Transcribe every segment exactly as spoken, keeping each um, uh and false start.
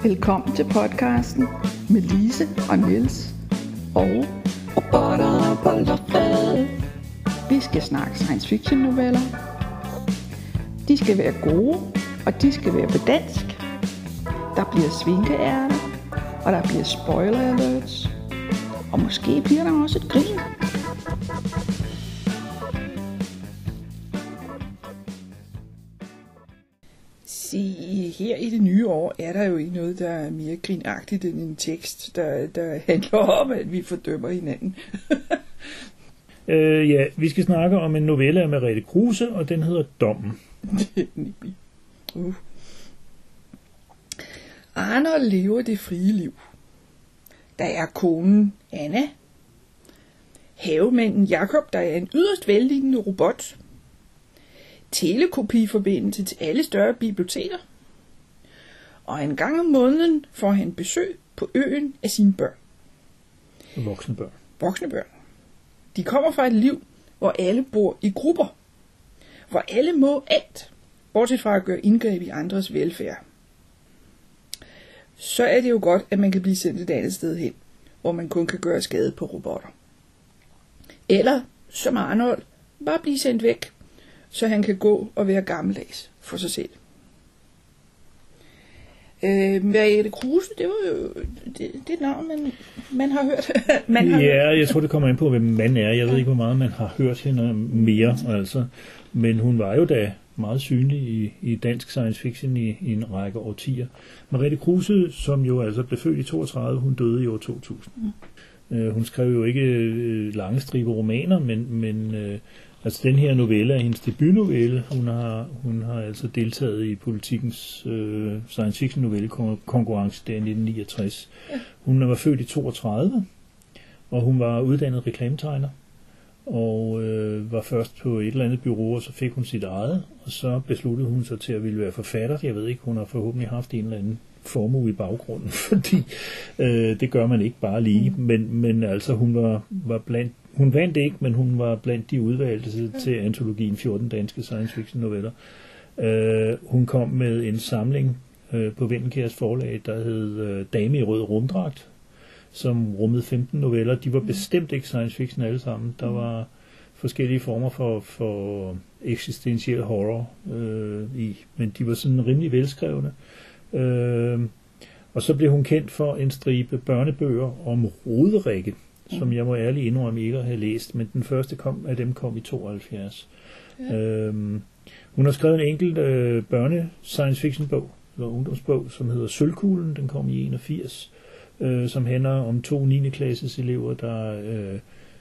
Velkommen til podcasten med Lise og Niels og robotter på loftet. Vi skal snakke science fiction noveller. De skal være gode, og de skal være på dansk. Der bliver svinkeærter, og der bliver spoiler alerts. Og måske bliver der også et grin. Her i det nye år er der jo ikke noget, der er mere grinagtigt end en tekst, der, der handler om, at vi fordømmer hinanden. øh, ja, vi skal snakke om en novelle af Merete Kruse, og den hedder Dommen. uh. Arnold lever det frie liv. Der er konen Anna, havemanden Jakob, der er en yderst velliggende robot, telekopiforbindelse til alle større biblioteker, og en gang om måneden får han besøg på øen af sine børn. Voksne børn. Voksne børn. De kommer fra et liv, hvor alle bor i grupper, hvor alle må alt, bortset fra at gøre indgreb i andres velfærd. Så er det jo godt, at man kan blive sendt et andet sted hen, hvor man kun kan gøre skade på robotter. Eller, som Arnold, bare blive sendt væk, så han kan gå og være gammeldags for sig selv. Øh, Merete Kruse, det var jo det, det navn, man, man har hørt. man har ja, hørt. Jeg tror, det kommer ind på, hvem man er. Jeg ved ikke, hvor meget man har hørt hende mere, altså. Men hun var jo da meget synlig i, i dansk science fiction i, i en række årtier. Merete Kruse, som jo altså blev født i toogtredive, hun døde i år to tusind. Mm. Øh, hun skrev jo ikke øh, lange stribe romaner, men, men øh, altså den her novelle er hendes debutnovelle. Hun har, hun har altså deltaget i Politikens øh, science fiction novelle konkurrence der i nitten niogtres. Ja. Hun var født i toogtredive, og hun var uddannet reklametegner, og øh, var først på et eller andet bureau, og så fik hun sit eget, og så besluttede hun sig til at ville være forfatter. Jeg ved ikke, hun har forhåbentlig haft en eller anden formue i baggrunden, fordi øh, det gør man ikke bare lige, mm. men, men altså hun var, var blandt Hun vandt ikke, men hun var blandt de udvalgte til, til antologien fjorten danske science fiction noveller. Uh, hun kom med en samling uh, på Vendelkjærs forlag, der hed uh, Dame i rød rumdragt, som rummede femten noveller. De var bestemt ikke science fiction alle sammen. Der var forskellige former for, for eksistentiel horror uh, i, men de var sådan rimelig velskrevne. Uh, og så blev hun kendt for en stribe børnebøger om Roderikke, som jeg må ærligt indrømme ikke at have læst, men den første kom, af dem kom i tooghalvfjerds. Ja. Øhm, hun har skrevet en enkelt øh, børne-science fiction-bog, eller ungdomsbog, som hedder Sølvkuglen, den kom i enogfirs, øh, som handler om to niende klasses elever, der øh,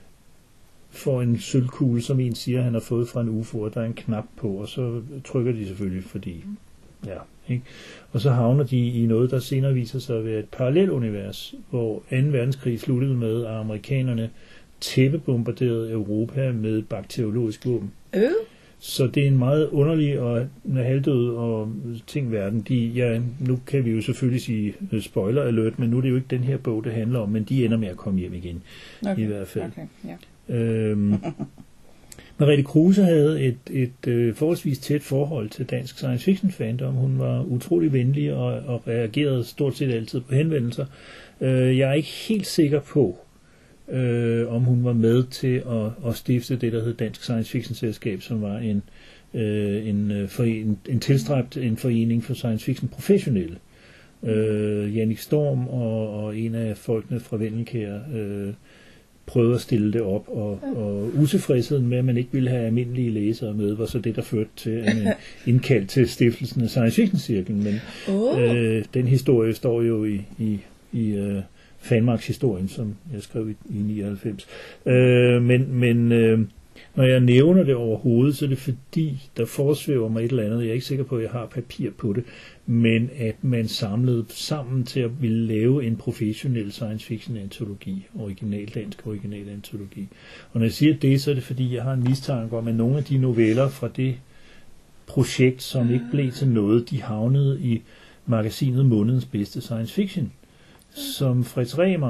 får en sølvkugle, som en siger, han har fået fra en U F O, og der er en knap på, og så trykker de selvfølgelig, fordi... Ja, ikke? Og så havner de i noget, der senere viser sig at være et parallelunivers, hvor anden verdenskrig sluttede med, at amerikanerne tæppebombarderede Europa med bakteriologiske våben. Øh? Så det er en meget underlig og halvdød og ting verden. De, ja, nu kan vi jo selvfølgelig sige spoiler alert, men nu er det jo ikke den her bog, det handler om, men de ender med at komme hjem igen. Okay. I hvert fald. Okay. Ja. Øhm, Merete Kruse havde et, et øh, forholdsvis tæt forhold til dansk science fiction fandom. Hun var utrolig venlig og, og reagerede stort set altid på henvendelser. Øh, jeg er ikke helt sikker på, øh, om hun var med til at, at stifte det, der hed Dansk Science Fiction Selskab, som var en, øh, en, foren, en tilstræbt en forening for science fiction professionelle. Øh, Jannik Storm og, og en af folkene fra Vendelkjær øh, prøvede at stille det op, og, og utilfredsheden med, at man ikke ville have almindelige læsere med, var så det, der førte til en indkald til stiftelsen af Science Fiction Cirklen. Men oh. øh, den historie står jo i, i, i øh, Fanmarks historien, som jeg skrev i, i nioghalvfems. Øh, men men øh, når jeg nævner det overhovedet, så er det fordi, der forsvæver mig et eller andet. Jeg er ikke sikker på, at jeg har papir på det, men at man samlede sammen til at ville lave en professionel science fiction antologi, original dansk original antologi. Og når jeg siger det, så er det fordi, jeg har en mistanke om, at nogle af de noveller fra det projekt, som ikke blev til noget, de havnede i magasinet Månedens Bedste Science Fiction, som Fritz Rehmer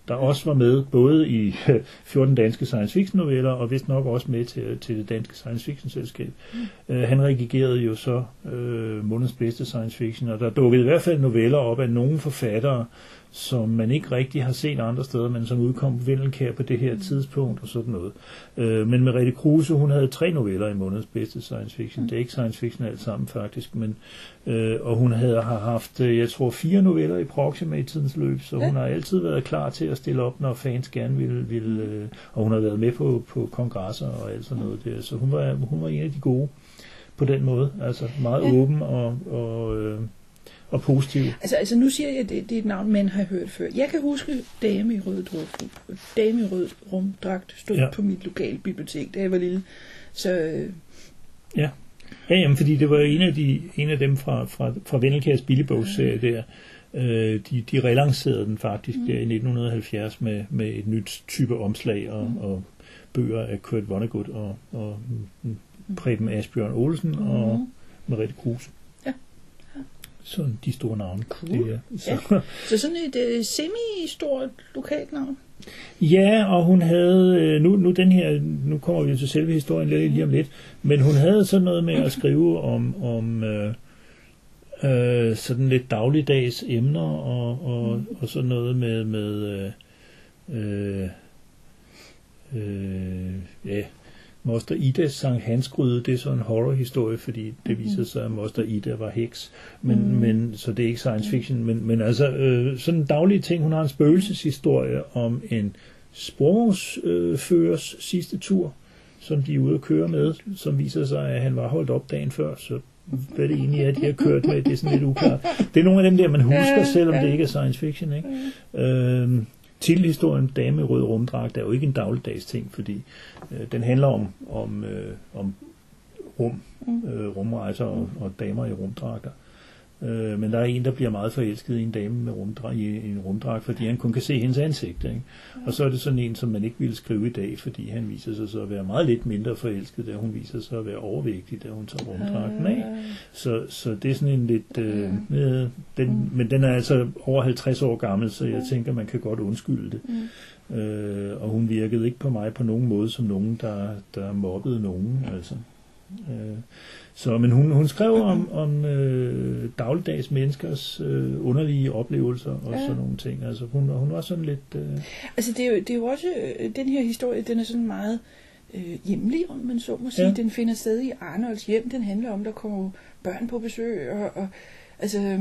der også var med både i fjorten danske science fiction noveller, og vist nok også med til, til det danske science fiction selskab. Mm. Uh, han redigerede jo så uh, månedens bedste science fiction, og der dukkede i hvert fald noveller op af nogle forfattere, som man ikke rigtig har set andre steder, men som udkom på Vindelkær på det her mm. tidspunkt og sådan noget. Uh, men Merete Kruse, hun havde tre noveller i månedens bedste science fiction. Mm. Det er ikke science fiction alt sammen faktisk, men uh, og hun havde har haft, jeg tror, fire noveller i Proxima i tidens løb, så ja. Hun har altid været klar til at stille op, når fans gerne ville, ville uh, og hun har været med på, på kongresser og alt sådan noget der, så hun var, hun var en af de gode på den måde, altså meget ja. Åben og, og uh, og positiv. Altså, altså nu siger jeg, at det, det er et navn, man har hørt før. Jeg kan huske Dame i rød, dame i rød rumdragt stod ja. På mit lokale bibliotek, da jeg var lille. Så... Ja, ja jamen, fordi det var en af, de, en af dem fra, fra, fra Vindelkærs billigbogsserie der. Øh, de, de relancerede den faktisk mm. der i nitten halvfjerds med, med et nyt type omslag og, mm. og bøger af Kurt Vonnegut og, og Preben Asbjørn Olsen mm. og Merete Kruse. Sådan de store navne. Cool. Det er, så. Ja. Så sådan et uh, semi-stort lokalt navn. Ja, og hun havde, nu, nu den her, nu kommer vi til selve historien lige, lige om lidt, men hun havde sådan noget med at skrive om, om øh, øh, sådan lidt dagligdags emner, og, og, mm. og sådan noget med, med øh, øh, ja, Moster Idas Sankt Hansgryde, det er sådan en horrorhistorie, fordi det viser sig, at Moster Ida var heks. Men, mm. men, så det er ikke science fiction. Men, men altså, øh, sådan daglige ting. Hun har en spøgelseshistorie om en sporvognsførers øh, sidste tur, som de er ude at køre med, som viser sig, at han var holdt op dagen før. Så hvad det egentlig er, de har kørt med, det er sådan lidt uklart. Det er nogle af dem der, man husker, selvom det ikke er science fiction, ikke? Øh, Titelhistorien Dame i rød rumdragt er jo ikke en dagligdags ting, fordi øh, den handler om, om, øh, om rum, øh, rumrejser og, og damer i rumdragter. Øh, men der er en, der bliver meget forelsket i en dame med rumdragt, i, i en rumdragt, fordi han kun kan se hendes ansigt. Ikke? Og så er det sådan en, som man ikke ville skrive i dag, fordi han viser sig så at være meget lidt mindre forelsket, da hun viser sig at være overvægtig, da hun tager rumdragten af. Så, så det er sådan en lidt... Øh, med, den, men den er altså over halvtreds år gammel, så jeg tænker, man kan godt undskylde det. Øh, og hun virkede ikke på mig på nogen måde som nogen, der, der mobbede nogen. Altså. Øh, Så, men hun, hun skrev om, om øh, dagligdags menneskers øh, underlige oplevelser og ja. Sådan nogle ting. Altså hun, hun var sådan lidt... Øh... Altså det er, jo, det er jo også... Øh, den her historie, den er sådan meget øh, hjemlig, om man så må sige. Ja. Den finder sted i Arnolds hjem. Den handler om, der kommer børn på besøg. Og, og, altså, øh,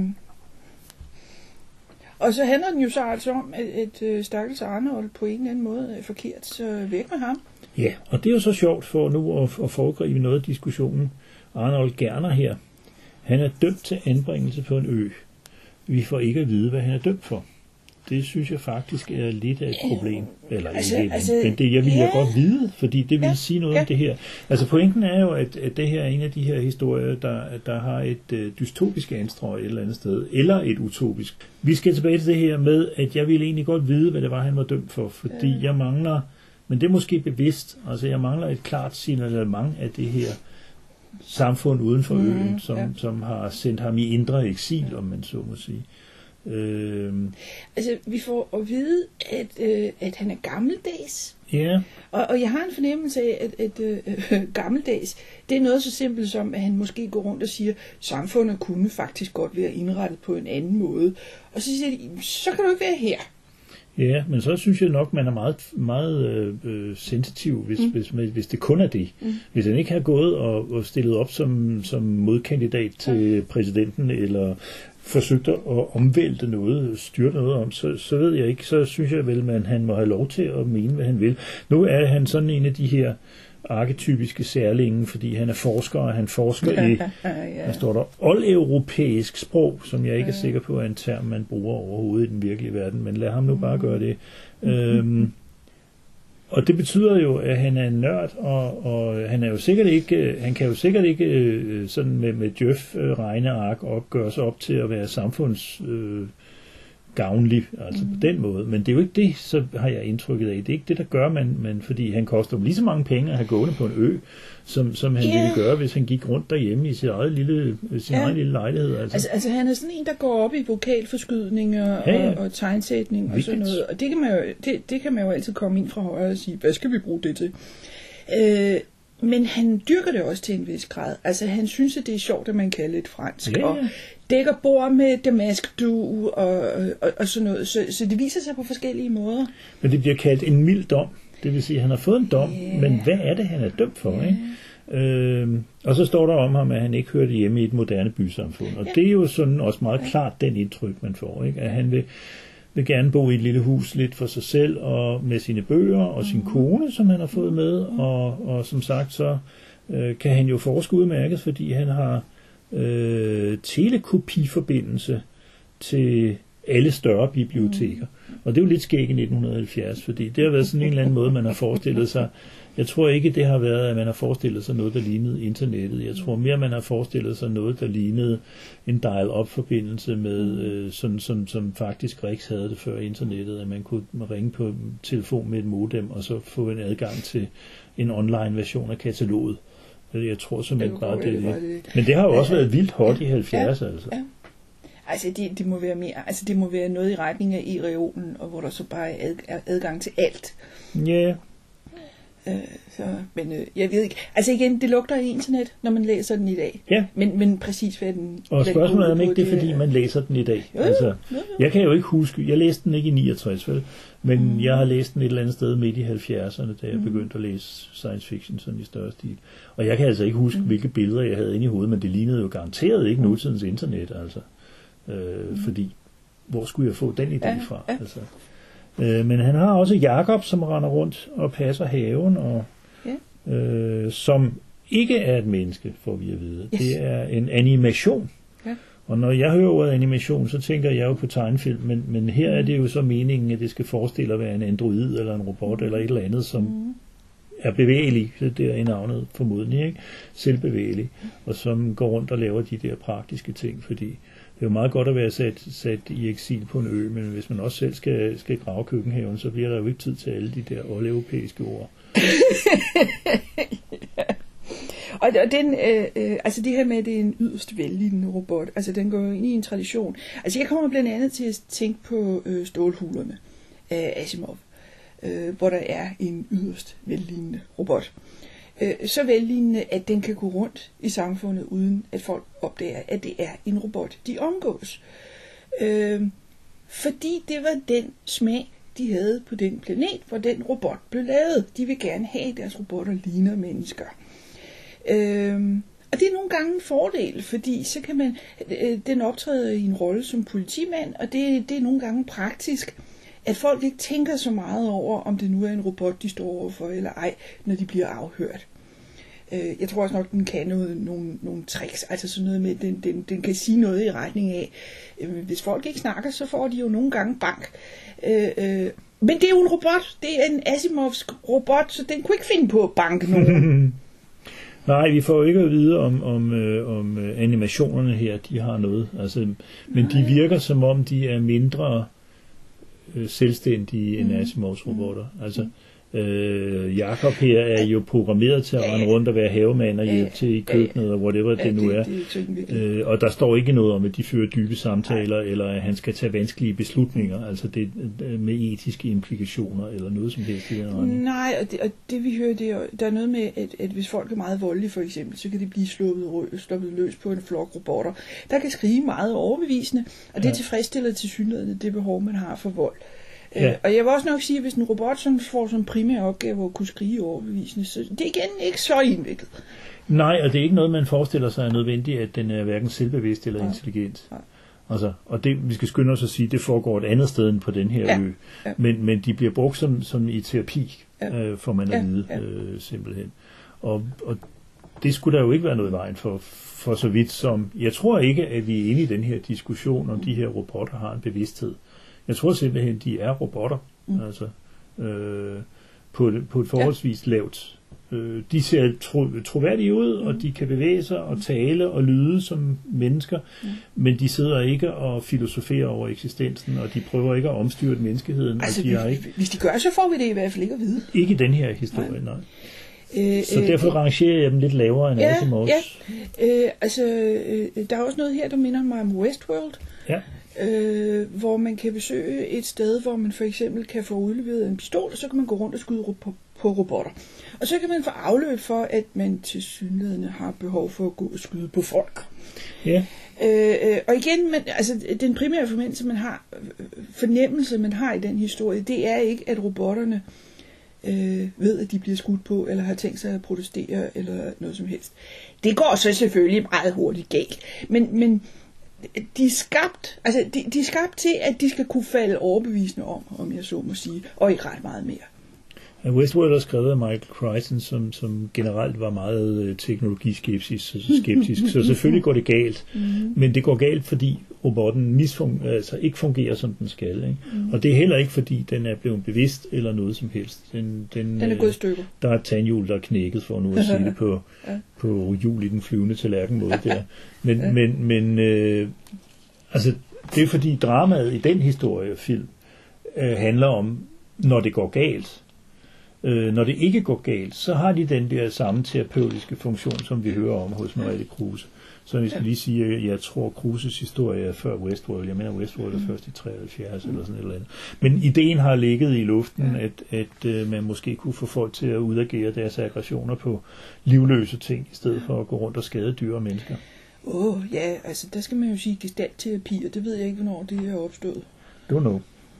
og så handler den jo så altså om, at et øh, stakkels Arnold på en eller anden måde er forkert. Så væk med ham. Ja, og det er jo så sjovt for nu at, at foregribe noget af diskussionen. Arnold Gerner her, han er dømt til anbringelse på en ø. Vi får ikke at vide, hvad han er dømt for. Det synes jeg faktisk er lidt af et problem. Eller altså, ikke, altså, men det jeg vil ja. jeg godt vide, fordi det vil ja. sige noget ja. om det her. Altså pointen er jo, at, at det her er en af de her historier, der, der har et uh, dystopisk anstrøg et eller andet sted, eller et utopisk. Vi skal tilbage til det her med, at jeg ville egentlig godt vide, hvad det var, han var dømt for, fordi ja. jeg mangler, men det er måske bevidst, altså jeg mangler et klart signalement af det her samfund uden for mm, øen, som, ja. som har sendt ham i indre eksil, om man så må sige. Øhm. Altså, vi får at vide, at, øh, at han er gammeldags. Ja. Og, og jeg har en fornemmelse af, at, at øh, gammeldags, det er noget så simpelt som, at han måske går rundt og siger, samfundet kunne faktisk godt være indrettet på en anden måde. Og så siger de, så kan du ikke være her. Ja, men så synes jeg nok, man er meget, meget øh, sensitiv, hvis, mm. hvis, hvis det kun er det. Mm. Hvis han ikke har gået og, og stillet op som, som modkandidat til ja. præsidenten, eller forsøgt at omvælte noget, styre noget om, så, så ved jeg ikke, så synes jeg vel, at han må have lov til at mene, hvad han vil. Nu er han sådan en af de her arketypiske særlinge, fordi han er forsker, og han forsker i, ja, der står der, oldeuropæisk sprog, som jeg ikke er sikker på er en term, man bruger overhovedet i den virkelige verden, men lad ham nu bare gøre det. Mm. Øhm, og det betyder jo, at han er en nørd, og, og han er jo sikkert ikke, han kan jo sikkert ikke sådan med, med Djøf regneark opgøre sig op til at være samfunds øh, gavnlig, altså mm. på den måde. Men det er jo ikke det, så har jeg indtrykket af. Det er ikke det, der gør, man, man fordi han koster lige så mange penge at have gående på en ø, som, som han yeah. ville gøre, hvis han gik rundt derhjemme i sin egen lille, sin yeah. egen lille lejlighed. Altså. Altså, altså han er sådan en, der går op i vokalforskydninger ja, ja. Og, og tegnsætning Vildt. Og sådan noget. Og det kan, man jo, det, det kan man jo altid komme ind fra højre og sige, hvad skal vi bruge det til? Øh, men han dyrker det også til en vis grad. Altså han synes, at det er sjovt, at man kan lidt fransk. Ja, ja. Og dækker bord med damaskdu og, og, og sådan noget. Så, så det viser sig på forskellige måder. Men det bliver kaldt en mild dom. Det vil sige, at han har fået en dom, yeah. men hvad er det, han er dømt for? Yeah. Ikke? Øhm, og så står der om ham, at han ikke hørte hjemme i et moderne bysamfund. Og yeah. det er jo sådan også meget klart den indtryk, man får. Ikke? At han vil, vil gerne bo i et lille hus lidt for sig selv, og med sine bøger og sin kone, som han har fået med. Og, og som sagt, så øh, kan han jo forske udmærket, fordi han har øh, telekopiforbindelse til alle større biblioteker. Og det er jo lidt skægt i nitten halvfjerds, fordi det har været sådan en eller anden måde, man har forestillet sig. Jeg tror ikke, det har været, at man har forestillet sig noget, der lignede internettet. Jeg tror mere, man har forestillet sig noget, der lignede en dial-up-forbindelse med, øh, sådan, som, som faktisk Rix havde det før internettet, at man kunne ringe på telefon med et modem, og så få en adgang til en online-version af kataloget. Jeg tror simpelthen bare, det er det. Men det har jo også været vildt hot i halvfjerds, altså. Altså det, det må være mere, altså det må være noget i retning af e-reolen, og hvor der så bare er ad, adgang til alt. Ja. Yeah. Øh, så, men øh, jeg ved ikke. Altså igen, det lugter af internet, når man læser den i dag. Ja. Men, men præcis hvad den. Og spørgsmålet er om ikke det, er, fordi man læser den i dag. Jo, altså, jo, jo. Jeg kan jo ikke huske, jeg læste den ikke i niogtres, vel? Men mm. jeg har læst den et eller andet sted midt i halvfjerdserne, da jeg mm. begyndte at læse science fiction sådan i større stil. Og jeg kan altså ikke huske, mm. hvilke billeder jeg havde inde i hovedet, men det lignede jo garanteret ikke nutidens internet, altså. Øh, mm. Fordi, hvor skulle jeg få den idé ja, fra? Ja. Altså. Øh, men han har også Jakob, som render rundt og passer haven, og ja. øh, som ikke er et menneske, får vi at vide. Yes. Det er en animation. Ja. Og når jeg hører ordet animation, så tænker jeg jo på tegnefilm, men, men her er det jo så meningen, at det skal forestille at være en android eller en robot eller et eller andet, som mm. er bevægelig, så det er i navnet formodentlig, ikke? Selvbevægelig, og som går rundt og laver de der praktiske ting, fordi det er jo meget godt at være sat, sat i eksil på en ø, men hvis man også selv skal, skal grave køkkenhaven, så bliver der jo ikke tid til alle de der oldeuropæiske ord. ja. Og den, øh, øh, altså det her med, at det er en yderst vellignende robot, altså den går jo ind i en tradition. Altså jeg kommer blandt andet til at tænke på øh, Stålhullerne af Asimov, øh, hvor der er en yderst vellignende robot. Så vellignende, at den kan gå rundt i samfundet, uden at folk opdager, at det er en robot, de omgås. Øh, fordi det var den smag, de havde på den planet, hvor den robot blev lavet. De vil gerne have, at deres robotter ligner mennesker. Øh, og det er nogle gange en fordel, fordi så kan man, øh, den optræder i en rolle som politimand, og det, det er nogle gange praktisk, at folk ikke tænker så meget over, om det nu er en robot, de står overfor eller ej, når de bliver afhørt. Jeg tror også nok, den kan noget, nogle, nogle tricks, altså sådan noget med, den, den, den kan sige noget i retning af, hvis folk ikke snakker, så får de jo nogle gange bank. Men det er jo en robot, det er en Asimovsk robot, så den kunne ikke finde på at banke nogen. Nej, vi får jo ikke at vide, om, om, øh, om animationerne her, de har noget, altså, men Nej. De virker som om, de er mindre selvstændige end Asimovs robotter. Altså, øh, Jakob her er jo programmeret til at rende rundt og være havemand og hjælpe til i køkkenet og whatever det nu er. Øh, og der står ikke noget om, at de fører dybe samtaler, eller at han skal tage vanskelige beslutninger, altså det med etiske implikationer eller noget som helst. Nej, og det, og det vi hører, det er, der er noget med, at, at hvis folk er meget voldelige for eksempel, så kan de blive sluppet, sluppet løs på en flok robotter. Der kan skrige meget overbevisende, og det ja. tilfredsstiller tilsyneladende det behov, man har for vold. Ja. Øh, og jeg vil også nok sige, at hvis en robot sådan får som primær opgave at kunne skrige overbevisende, så det er igen ikke så indviklet. Nej, og det er ikke noget, man forestiller sig er nødvendigt, at den er hverken selvbevidst eller Nej. intelligent. Nej. Altså, og det, vi skal skynde os at sige, det foregår et andet sted end på den her ja. ø. Ja. Men, men de bliver brugt som, som i terapi, ja. øh, får man at ja. vide, ja. øh, simpelthen. Og, og det skulle der jo ikke være noget vejen for, for så vidt som, jeg tror ikke, at vi er inde i den her diskussion, om de her robotter har en bevidsthed. Jeg tror simpelthen, de er robotter, mm. altså øh, på, et, på et forholdsvis ja. lavt Øh, de ser tro, troværdige ud, mm. og de kan bevæge sig og tale og lyde som mennesker, mm. men de sidder ikke og filosoferer over eksistensen, og de prøver ikke at omstyrte menneskeheden. Altså, og de hvis, er ikke, hvis de gør, så får vi det i hvert fald ikke at vide. Ikke i den her historie, nej. nej. Øh, så derfor øh, rangerer jeg dem lidt lavere end ja, Asimovs. Ja, øh, altså, øh, der er også noget her, der minder mig om Westworld. Ja. Øh, hvor man kan besøge et sted, hvor man for eksempel kan få udleveret en pistol, og så kan man gå rundt og skyde på, på robotter. Og så kan man få afløb for, at man til synligheden har behov for at gå og skyde på folk. Ja. Øh, og igen, man, altså, den primære fornemmelse, man har, fornemmelse, man har i den historie, det er ikke, at robotterne øh, ved, at de bliver skudt på, eller har tænkt sig at protestere, eller noget som helst. Det går så selvfølgelig meget hurtigt galt. Men, men de er skabt, altså de, de er skabt til, at de skal kunne falde overbevisende om, om jeg så må sige, og ikke ret meget mere. Westworld er skrevet af Michael Crichton, som, som generelt var meget teknologiskeptisk, skeptisk, så selvfølgelig går det galt. Mm-hmm. Men det går galt, fordi robotten misfun- altså ikke fungerer, som den skal. Ikke? Mm-hmm. Og det er heller ikke, fordi den er blevet bevidst eller noget som helst. Den, den, den er gået i stykker. Der er et tandhjul, der er knækket, for nu at sige det på, ja. på hjul i den flyvende tallerken måde der. Men, ja. men, men øh, altså, det er fordi dramaet i den historiefilm øh, handler om, når det går galt. Øh, når det ikke går galt, så har de den der samme terapeutiske funktion, som vi hører om hos Merete Kruse. Så vi skal lige sige, at jeg tror, Kruses historie er før Westworld. Jeg mener, Westworld er først i treoghalvfjerds eller sådan et eller andet. Men ideen har ligget i luften, at, at uh, man måske kunne få folk til at udagere deres aggressioner på livløse ting, i stedet for at gå rundt og skade dyr og mennesker. Åh, oh, ja, altså der skal man jo sige gestaltterapi, og det ved jeg ikke, hvornår det er opstået. Don't know.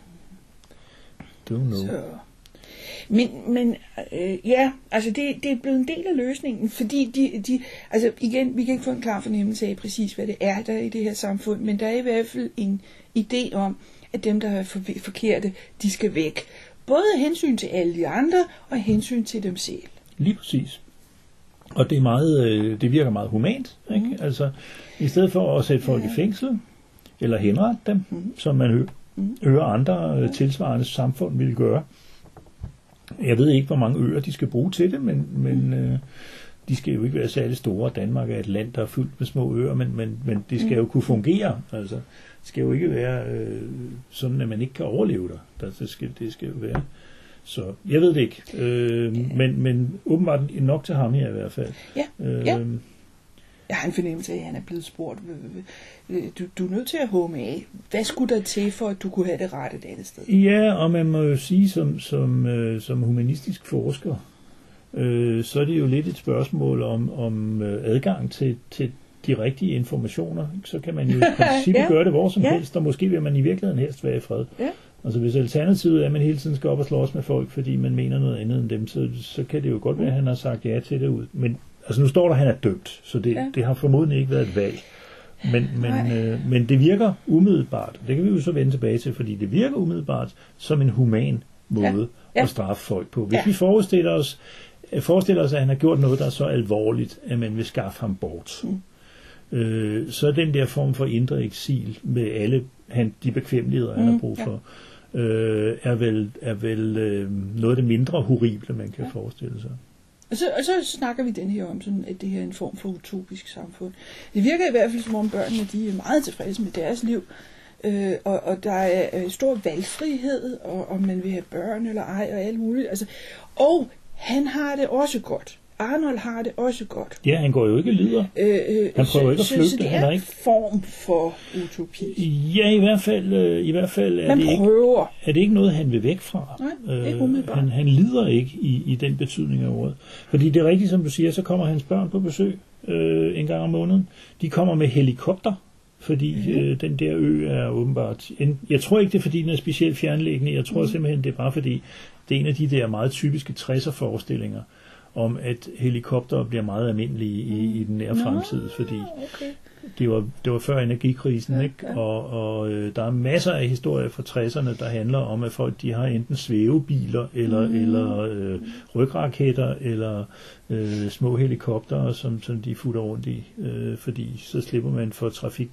Don't know. Så. Men, men øh, ja, altså det, det er blevet en del af løsningen, fordi de, de, altså igen, vi kan ikke få en klar fornemmelse af præcis, hvad det er, der er i det her samfund, men der er i hvert fald en idé om, at dem, der er for, forkerte, de skal væk. Både af hensyn til alle de andre, og af hensyn til dem selv. Lige præcis. Og det, er meget, det virker meget humant, ikke? Mm. Altså, i stedet for at sætte folk ja. i fængsel, eller henrette dem, mm. som man hører, mm. hører andre ja. tilsvarende samfund ville gøre. Jeg ved ikke, hvor mange øer de skal bruge til det, men, men øh, de skal jo ikke være særlig store. Danmark er et land, der er fyldt med små øer, men, men, men det skal jo kunne fungere. Altså, det skal jo ikke være øh, sådan, at man ikke kan overleve der. Det skal, det skal jo være. Så jeg ved det ikke. Øh, men, men åbenbart nok til ham her i hvert fald. Ja, øh, ja. Jeg har en fornemmelse af, at han er blevet spurgt. Du, du er nødt til at håbe af. Hvad skulle der til, for at du kunne have det ret et andet sted? Ja, og man må jo sige, som, som, øh, som humanistisk forsker, øh, så er det jo lidt et spørgsmål om, om adgang til, til de rigtige informationer. Så kan man jo i princippet ja. gøre det hvor som ja. helst, og måske vil man i virkeligheden helst være i fred. Ja. Altså hvis alternativet er, at man hele tiden skal op og slås med folk, fordi man mener noget andet end dem, så, så kan det jo godt være, at han har sagt ja til det ud. Men altså nu står der, at han er dømt, så det, ja. det har formodentlig ikke været et valg. Men, men, øh, men det virker umiddelbart, det kan vi jo så vende tilbage til, fordi det virker umiddelbart som en human måde ja. Ja. at straffe folk på. Hvis ja. vi forestiller os, forestiller os, at han har gjort noget, der er så alvorligt, at man vil skaffe ham bort, mm. øh, så er den der form for indre eksil med alle han, de bekvemmeligheder, mm. han har brug for, ja. øh, er vel, er vel øh, noget af det mindre horrible, man kan ja. forestille sig. Og så, og så snakker vi den her om, sådan, at det her er en form for utopisk samfund. Det virker i hvert fald som om børnene de er meget tilfredse med deres liv, øh, og, og der er stor valgfrihed, og om man vil have børn eller ej, og alt muligt. Altså, og han har det også godt. Arnold har det også godt. Ja, han går jo ikke lider. Øh, øh, han prøver så, ikke at flygte. Så, så det er en form for utopi. Ja, i hvert fald, øh, i hvert fald er, det ikke, er det ikke noget, han vil væk fra. Nej, det er umiddelbart. Han, han lider ikke i, i den betydning af ordet. Fordi det er rigtigt, som du siger, så kommer hans børn på besøg øh, en gang om måneden. De kommer med helikopter, fordi mm-hmm. øh, den der ø er åbenbart... En, jeg tror ikke, det er, fordi den er specielt fjernliggende. Jeg tror mm-hmm. simpelthen, det er bare fordi, det er en af de der meget typiske tresser-forestillinger, om at helikopter bliver meget almindelige i, i den nære fremtid, fordi okay. det, var, det var før energikrisen, ja, ikke? Ja. Og, og øh, der er masser af historier fra tresserne, der handler om, at folk de har enten svævebiler, eller, mm. eller øh, rygraketter, eller øh, små helikoptere, som, som de futter rundt i, øh, fordi så slipper man for trafik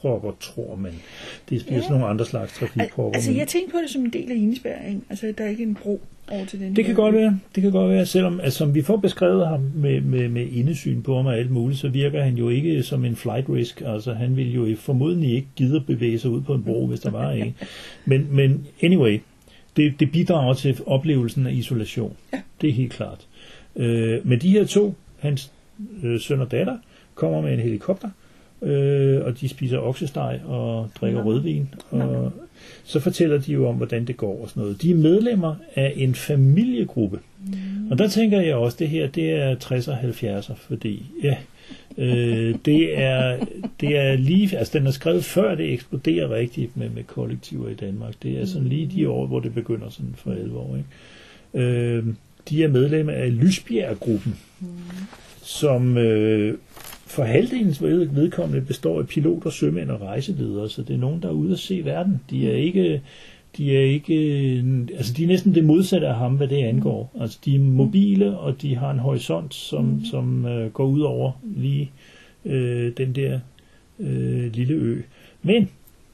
trafikprokker, tror man. Det bliver ja. sådan nogle andre slags trafikprokker. Altså, jeg tænkte på det som en del af indespærringen. Altså, der er ikke en bro over til den. Det kan godt være. Det kan godt være, selvom altså, som vi får beskrevet ham med, med, med indesyn på ham og alt muligt, så virker han jo ikke som en flight risk. Altså, han ville jo formodentlig ikke gide at bevæge sig ud på en bro, hvis der var en. Men, men anyway, det, det bidrager til oplevelsen af isolation. Ja. Det er helt klart. Øh, men de her to, hans øh, søn og datter, kommer med en helikopter, øh, og de spiser oksesteg og drikker ja. rødvin. Og så fortæller de jo om, hvordan det går og sådan noget. De er medlemmer af en familiegruppe. Mm. Og der tænker jeg også, det her, det er tresser og halvfjerdser, fordi ja, øh, det, er, det er lige, altså den er skrevet før det eksploderer rigtigt med, med kollektiver i Danmark. Det er sådan lige de år, hvor det begynder sådan for alvor. Ikke? Øh, de er medlemmer af Lysbjerg-gruppen, mm. som øh, for halvdelens vedkommende består af piloter, sømænd og rejseledere, så det er nogen, der er ude at se verden. De er ikke, de er ikke, altså de er næsten det modsatte af ham, hvad det angår. Altså de er mobile, og de har en horisont, som, mm. som øh, går ud over lige øh, den der øh, lille ø. Men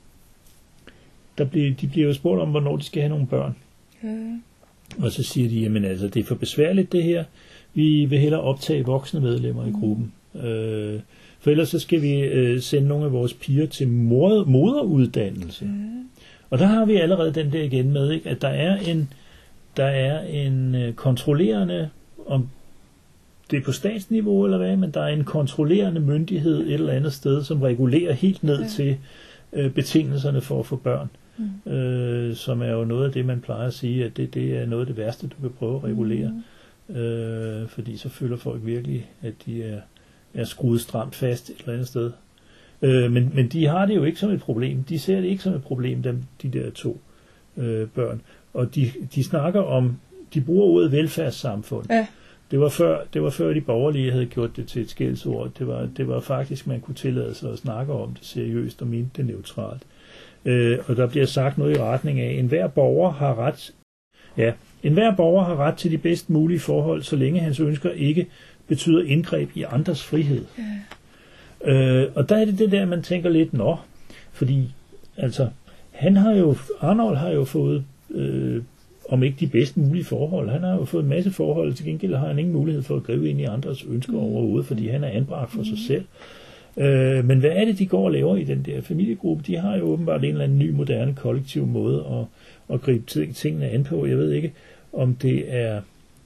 der bliver, de bliver jo spurgt om, hvornår de skal have nogle børn. Mm. Og så siger de, jamen altså, det er for besværligt det her. Vi vil hellere optage voksne medlemmer i gruppen. Øh, for ellers så skal vi øh, sende nogle af vores piger til moder, moderuddannelse. Mm. Og der har vi allerede den der igen med, ikke? At der er en, der er en øh, kontrollerende, om det er på statsniveau eller hvad, men der er en kontrollerende myndighed et eller andet sted, som regulerer helt ned mm. til øh, betingelserne for at få børn. Mm. Øh, som er jo noget af det, man plejer at sige, at det, det er noget af det værste, du kan prøve at regulere. Mm. Øh, fordi så føler folk virkelig, at de er, er skruet stramt fast et eller andet sted. Øh, men, men de har det jo ikke som et problem. De ser det ikke som et problem, dem, de der to øh, børn. Og de, de snakker om, de bruger ordet velfærdssamfund. Ja. Det var før, det var før de borgerlige havde gjort det til et skældsord. Det var, det var faktisk, man kunne tillade sig at snakke om det seriøst og mente det neutralt. Øh, og der bliver sagt noget i retning af, at enhver borger har ret, ja, enhver borger har ret til de bedst mulige forhold, så længe hans ønsker ikke betyder indgreb i andres frihed. Ja. Øh, og der er det det der, man tænker lidt, nå, fordi altså, han har jo, Arnold har jo fået, øh, om ikke de bedst mulige forhold, han har jo fået en masse forhold, til gengæld har han ingen mulighed for at gribe ind i andres ønsker mm. overhovedet, fordi han er anbragt for mm. sig selv. Øh, men hvad er det, de går og laver i den der familiegruppe? De har jo åbenbart en eller anden ny, moderne, kollektiv måde at, at gribe tingene an på. Jeg ved ikke, om det er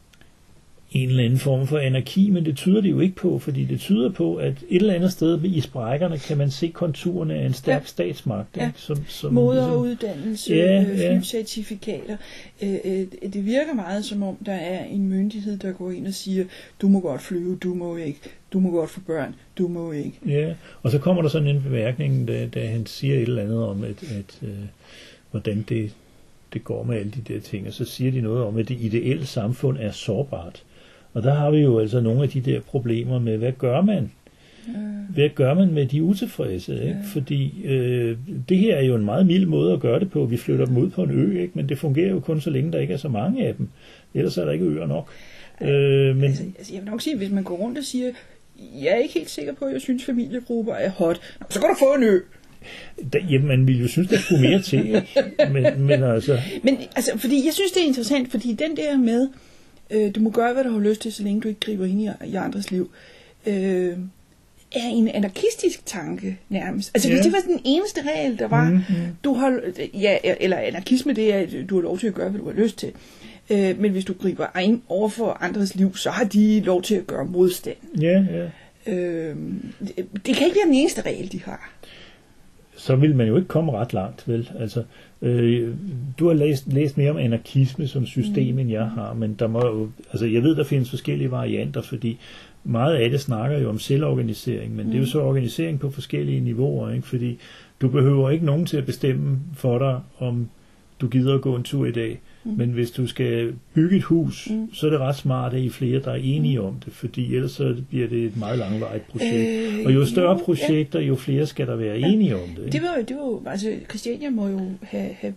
en eller anden form for anarki, men det tyder det jo ikke på, fordi det tyder på, at et eller andet sted i sprækkerne kan man se konturerne af en stærk ja. statsmagt. Ja. Ikke? Som, som, Moderuddannelse, ja, ja. flycertifikater. Det virker meget som om, der er en myndighed, der går ind og siger, du må godt flyve, du må ikke. Du må godt få børn, du må ikke. Ja, og så kommer der sådan en bemærkning, da, da han siger et eller andet om, at, at øh, hvordan det, det går med alle de der ting, og så siger de noget om, at det ideelle samfund er sårbart. Og der har vi jo altså nogle af de der problemer med, hvad gør man? Ja. Hvad gør man med de utilfredse? Ikke? Ja. Fordi øh, det her er jo en meget mild måde at gøre det på. Vi flytter dem ud på en ø, ikke? Men det fungerer jo kun så længe, der ikke er så mange af dem. Ellers er der ikke øer nok. Øh, men altså, altså, jeg vil nok sige, hvis man går rundt og siger, jeg er ikke helt sikker på, at jeg synes, familiegrupper er hot, så kan du få en ø. Da, jamen, man ville jo synes, der skulle mere til, ikke? Men, men altså... Men altså, fordi jeg synes, det er interessant, fordi den der med, øh, du må gøre, hvad du har lyst til, så længe du ikke griber ind i, i andres liv, øh, er en anarkistisk tanke nærmest. Altså, ja. Hvis det var den eneste regel, der var, mm-hmm. du har, ja, eller anarkisme, det er, at du har lov til at gøre, hvad du har lyst til. Øh, men hvis du griber ind over for andres liv, så har de lov til at gøre modstand. Ja, ja. Øh, det, det kan ikke være den eneste regel, de har. Så vil man jo ikke komme ret langt, vel? Altså, øh, du har læst, læst mere om anarkisme som system, mm. end jeg har, men der må jo, altså, jeg ved, der findes forskellige varianter, fordi meget af det snakker jo om selvorganisering, men mm. det er jo så organisering på forskellige niveauer, ikke? Fordi du behøver ikke nogen til at bestemme for dig, om du gider at gå en tur i dag. Mm. Men hvis du skal bygge et hus, mm. så er det ret smart, at I er flere, der er enige om det, fordi ellers så bliver det et meget langvarigt projekt. Øh, og jo større jo, projekter, ja. jo flere skal der være ja. enige om det. Ikke? Det var jo, det var jo, altså Christiania må jo have, have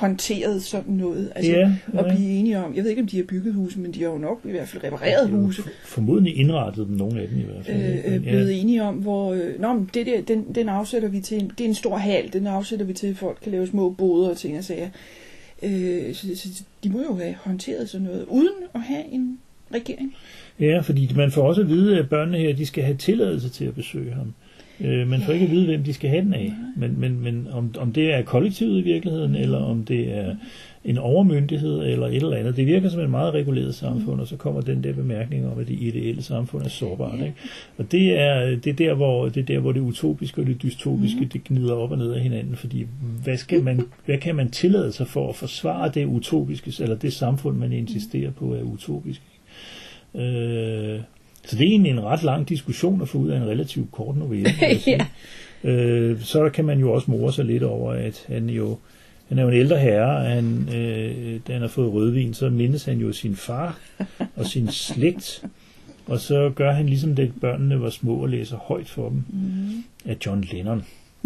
håndteret sådan noget. Altså ja, at ja. blive enige om, jeg ved ikke om de har bygget huse, men de har jo nok i hvert fald repareret huse. Formodentlig indrettet dem, nogle af dem i hvert fald. Øh, blevet ja. enige om, hvor, øh, nå, men det der, den, den afsætter vi til, det er en stor hal, den afsætter vi til, at folk kan lave små boder og ting og sager. Øh, så, så de må jo have håndteret sådan noget, uden at have en regering. Ja, fordi man får også at vide, at børnene her, de skal have tilladelse til at besøge ham. Øh, man får ikke at vide, hvem de skal have den af. Men, men, men om, om det er kollektivet i virkeligheden, eller om det er en overmyndighed, eller et eller andet. Det virker som et meget reguleret samfund, og så kommer den der bemærkning om, at det ideelle samfund er sårbart. Ikke? Og det er, det, er der, hvor, det er der, hvor det utopiske og det dystopiske, det gnider op og ned af hinanden. Fordi hvad, skal man, hvad kan man tillade sig for at forsvare det utopiske, eller det samfund, man insisterer på er utopisk? Øh, Så det er egentlig en ret lang diskussion at få ud af en relativt kort novelle. ja. øh, så kan man jo også more sig lidt over, at han jo han er jo en ældre herre, han, øh, da han har fået rødvin, så mindes han jo sin far og sin slægt, og så gør han ligesom det, børnene var små og læser højt for dem mm. af John Lennon.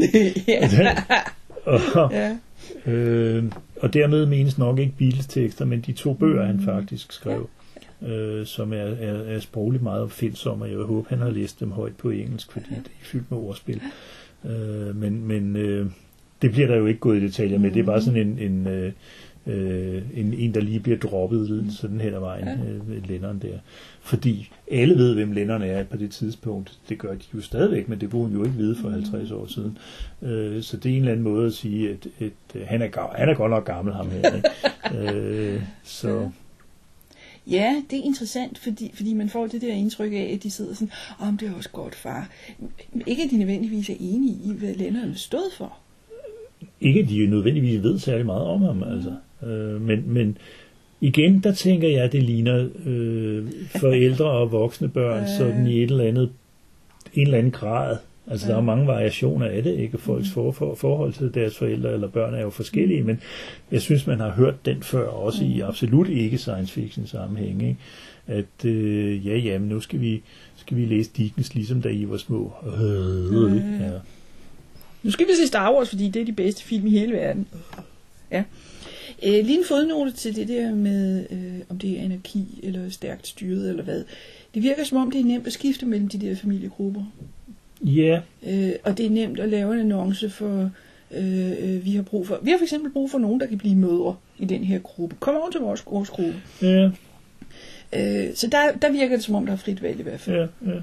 og, ja. øh, og dermed menes nok ikke Beatles-tekster, men de to bøger, han faktisk skrev. Øh, som er, er, er sprogligt meget opfindsomme, og jeg håber, han har læst dem højt på engelsk, fordi det er fyldt med ordspil. Øh, men men øh, det bliver der jo ikke gået i detaljer med. Det er bare sådan en, en, øh, en, en der lige bliver droppet sådan hen ad vejen, øh, Lennon der. Fordi alle ved, hvem Lennon er på det tidspunkt. Det gør de jo stadigvæk, men det kunne hun jo ikke vide for halvtreds år siden. Øh, så det er en eller anden måde at sige, at, at han, er, han er godt nok gammel, ham her. Ikke? øh, så... Ja, det er interessant, fordi, fordi man får det der indtryk af, at de sidder sådan, om oh, det er også godt, far. Ikke at de nødvendigvis er enige i, hvad Lennon stod for. Ikke at de nødvendigvis ved særlig meget om ham, altså. Øh, men, men igen, der tænker jeg, at det ligner øh, forældre og voksne børn, øh. sådan i et eller andet, en eller anden grad. Altså, ja. Der er mange variationer af det, ikke? Folks for, for, forhold til deres forældre eller børn er jo forskellige, men jeg synes, man har hørt den før, også i absolut ikke science fiction sammenhæng, ikke? At, øh, ja, jamen, nu skal vi, skal vi læse Dickens, ligesom da I var små. Øh, ja. Nu skal vi se Star Wars, fordi det er de bedste film i hele verden. Ja. Øh, lige en fodnote til det der med, øh, om det er anarki, eller stærkt styret, eller hvad. Det virker som om, det er nemt at skifte mellem de der familiegrupper. Ja. Yeah. Øh, og det er nemt at lave en annonce for, øh, øh, vi har brug for, vi har for eksempel brug for nogen, der kan blive mødre i den her gruppe. Kom over til vores, vores gruppe. Ja. Yeah. Øh, så der, der virker det som om, der er frit valg i hvert fald. Ja, ja.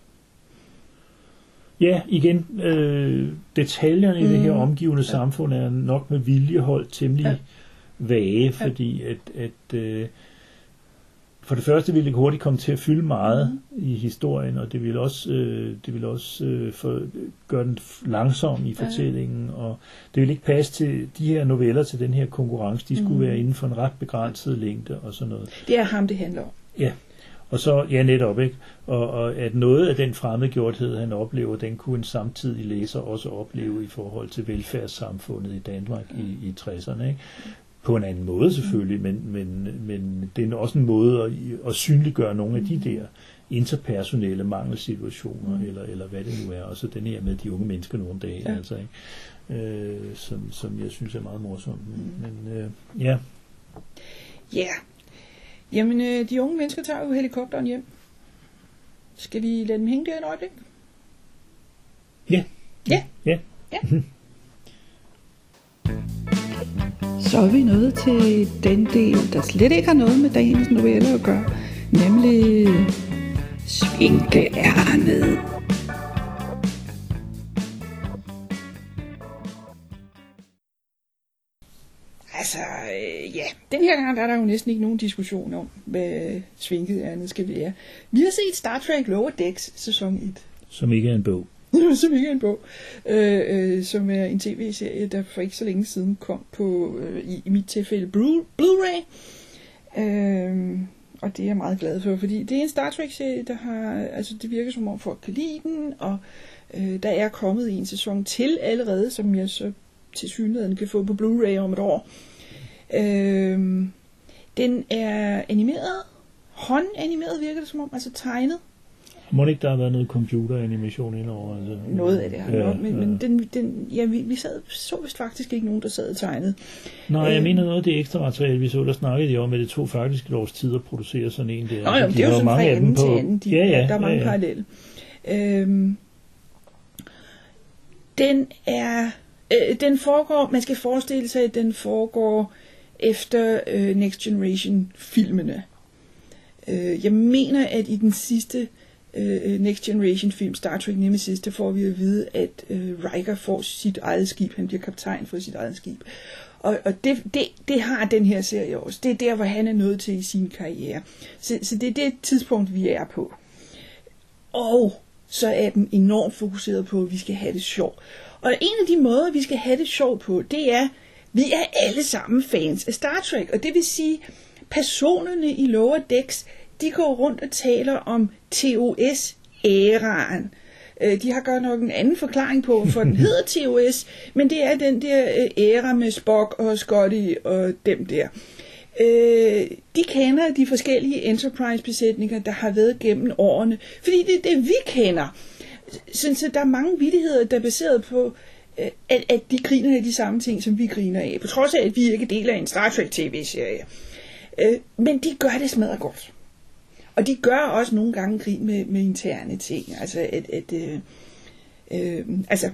Ja, igen, øh, detaljerne mm. i det her omgivende ja. samfund er nok med vilje holdt temmelig ja. vage, fordi at, at øh, for det første ville det hurtigt komme til at fylde meget mm. i historien, og det ville også, øh, det ville også øh, for, gøre den langsom i fortællingen, ja. og det ville ikke passe til de her noveller, til den her konkurrence. De skulle mm. være inden for en ret begrænset længde og sådan noget. Det er ham, det handler om. Ja, og så, ja netop, ikke? Og, og at noget af den fremmedgjorthed, han oplever, den kunne en samtidig læser også opleve i forhold til velfærdssamfundet i Danmark i, i tresserne, ikke? På en anden måde selvfølgelig, men, men, men det er også en måde at, at synliggøre nogle af de der interpersonelle mangelsituationer, mm. eller, eller hvad det nu er, og så den her med de unge mennesker nogle dage, ja. altså, ikke? Øh, som, som jeg synes er meget morsomt. Men øh, ja. Ja. Yeah. Jamen, øh, de unge mennesker tager jo helikopteren hjem. Skal vi lade dem hænge der et øjeblik? Ja. Ja. Ja. Ja. Så er vi nået til den del, der slet ikke har noget med dagens novelle at gøre, nemlig Svinkeærnet. Altså, øh, ja, den her gang der er der jo næsten ikke nogen diskussion om, hvad Svinkeærnet skal være. Vi har set Star Trek Lower Decks sæson et. Som ikke er en bog. som ikke er en bog. Øh, øh, som er en tv-serie, der for ikke så længe siden kom på, øh, i, i mit tilfælde, Blu- Blu-ray. Øh, og det er jeg meget glad for, fordi det er en Star Trek-serie, der har, altså det virker som om folk kan lide den, og øh, der er kommet en sæson til allerede, som jeg så tilsyneladende kan få på Blu-ray om et år. Øh, den er animeret, håndanimeret virker det som om, altså tegnet. Må ikke der have været noget computeranimation indover? Altså? Noget af det har ja, nok, men, ja. men den, den, ja, vi, vi sad, så vist faktisk ikke nogen, der sad og tegnede. Nej, jeg øh, mener noget af det ekstra materiale, vi så, der snakkede de om, at det tog faktisk et års tid at producere sådan en der. Nå, altså, jo, det er jo sådan fra anden til anden, de, ja, ja, der er mange ja, ja. parallelle. Øhm, den er, øh, den foregår, man skal forestille sig, at den foregår efter øh, Next Generation-filmene. Øh, jeg mener, at i den sidste øh, Next Generation-film, Star Trek Nemesis, der får vi at vide, at øh, Riker får sit eget skib, han bliver kaptajn for sit eget skib. Og, og det, det, det har den her serie også. Det er der, hvor han er nået til i sin karriere. Så, så det er det tidspunkt, vi er på. Og så er den enormt fokuseret på, at vi skal have det sjovt. Og en af de måder, vi skal have det sjovt på, det er, vi er alle sammen fans af Star Trek. Og det vil sige, personerne i Lower Decks, de går rundt og taler om T O S-æraen. De har godt nok en anden forklaring på, hvorfor den hedder T O S, men det er den der æra med Spock og Scotty og dem der. De kender de forskellige Enterprise-besætninger, der har været gennem årene, fordi det er det, vi kender. Så der er mange vittigheder, der er baseret på, at, at de griner af de samme ting, som vi griner af, på trods af, at vi ikke deler en Star Trek-tv-serie. Men de gør det smadret godt. Og de gør også nogle gange grin med, med interne ting. Altså, at... at øh, øh, altså...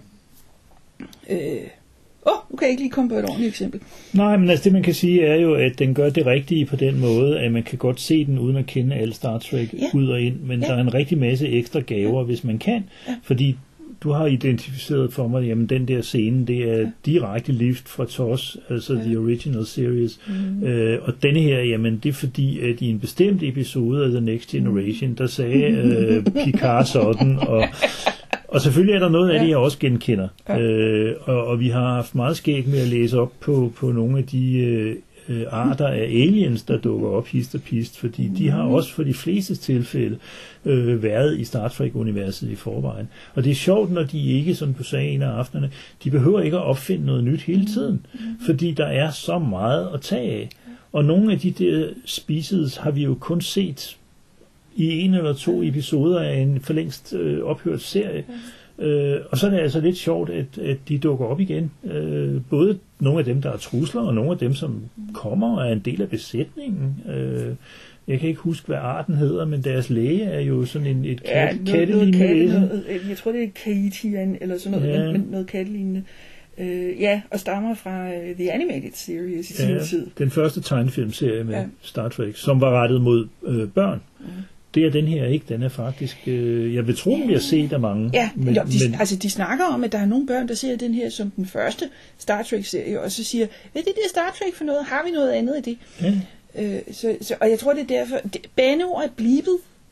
Øh, Åh, oh, nu kan jeg ikke lige komme på et ordentligt eksempel. Nej, men altså det man kan sige er jo, at den gør det rigtige på den måde, at man kan godt se den uden at kende alle Star Trek ja. ud og ind, men ja. der er en rigtig masse ekstra gaver, ja. hvis man kan, ja. fordi du har identificeret for mig, jamen den der scene, det er ja. direkte lift fra T O S, altså ja. The Original Series, mm. øh, og denne her, jamen det er fordi, at i en bestemt episode af The Next Generation, der sagde øh, Picard sådan, og Og selvfølgelig er der noget af ja. det, jeg også genkender. Ja. Øh, og, og vi har haft meget skæg med at læse op på, på nogle af de øh, arter af aliens, der dukker op hist og pist, fordi mm. de har også for de fleste tilfælde øh, været i Star Trek-universet i forvejen. Og det er sjovt, når de ikke, sådan på sagen af aftenerne, de behøver ikke at opfinde noget nyt hele tiden, mm. fordi der er så meget at tage af. Og nogle af de der species har vi jo kun set i en eller to episoder af en for længst øh, ophørt serie. Øh, og så er det altså lidt sjovt, at, at de dukker op igen. Øh, både nogle af dem, der er trusler, og nogle af dem, som kommer og er en del af besætningen. Øh, jeg kan ikke huske, hvad arten hedder, men deres læge er jo sådan en, et kat, ja, kattelignende væsen. Jeg tror, det er Kaitian eller sådan noget, ja. men, men noget kattelignende. Uh, ja, og stammer fra uh, The Animated Series i sin ja, tid. Den første tegnefilmserie med ja. Star Trek, som var rettet mod øh, børn. Mm. Det er den her ikke. Den er faktisk... Øh, jeg vil tro, vi har set af mange. Ja, men, jo, de, men, altså de snakker om, at der er nogle børn, der ser den her som den første Star Trek-serie, og så siger, hvad er det der Star Trek for noget? Har vi noget andet af det? Ja. Øh, så, så, og jeg tror, det er derfor... Det, bandeord er blibet.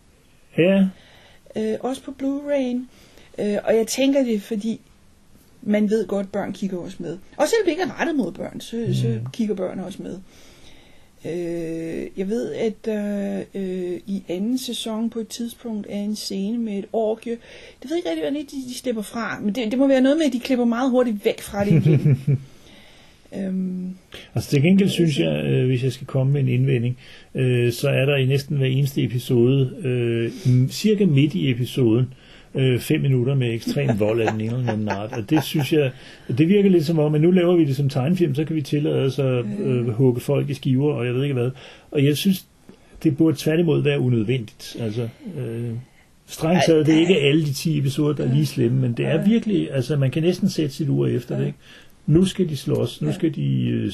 Ja. Øh, også på Blu-ray. Øh, og jeg tænker det, fordi man ved godt, børn kigger også med. Og selvom det ikke er rettet mod børn, så, mm. så kigger børn også med. Øh, jeg ved, at der øh, i anden sæson på et tidspunkt er en scene med et orgie. Det ved jeg ikke rigtig, hvad de, de slipper fra, men det, det må være noget med, at de klipper meget hurtigt væk fra det igen. øhm, altså til gengæld synes jeg, øh, hvis jeg skal komme med en indvending, øh, så er der i næsten hver eneste episode, øh, cirka midt i episoden, øh, fem minutter med ekstrem vold af den ene eller anden art. Og det synes jeg, det virker lidt som om, at nu laver vi det som tegnefilm, så kan vi tillade os at øh, hugge folk i skiver, og jeg ved ikke hvad. Og jeg synes, det burde tværtimod være unødvendigt. Altså, øh, strengt taget, det er ikke alle de ti episoder, der er lige slemme, men det er virkelig, altså man kan næsten sætte sit ur efter det, ikke? Nu skal de slås, nu skal de... Øh,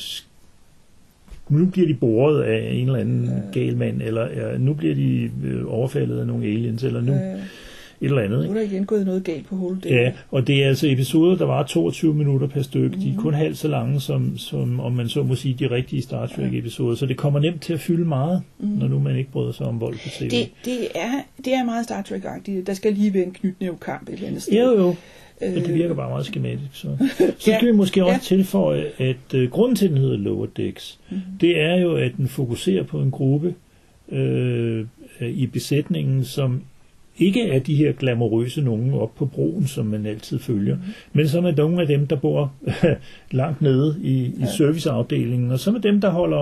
nu bliver de boret af en eller anden gal mand, eller ja, nu bliver de øh, overfaldet af nogle aliens, eller nu... et eller andet. Nu er der igen gået noget galt på hovedet. Ja, og det er altså episoder, der var toogtyve minutter per stykke. Mm. De er kun halvt så lange, som, som om man så må sige, de rigtige Star Trek-episoder. Så det kommer nemt til at fylde meget, mm. når nu man ikke bryder sig om vold på tv. Det, det, er, det er meget Star Trek-agtigt. Der skal lige være en knytnævekamp et eller andet sted. Jo, jo. Men det virker bare meget skematisk. Så, så ja. Skal vi måske også ja. tilføje, at uh, grunden til, at den hedder Lower Decks, mm. det er jo, at den fokuserer på en gruppe øh, i besætningen, som ikke er de her glamourøse nogen op på broen, som man altid følger, mm. men som er nogle af dem, der bor langt nede i, i ja. serviceafdelingen, og som er dem, der holder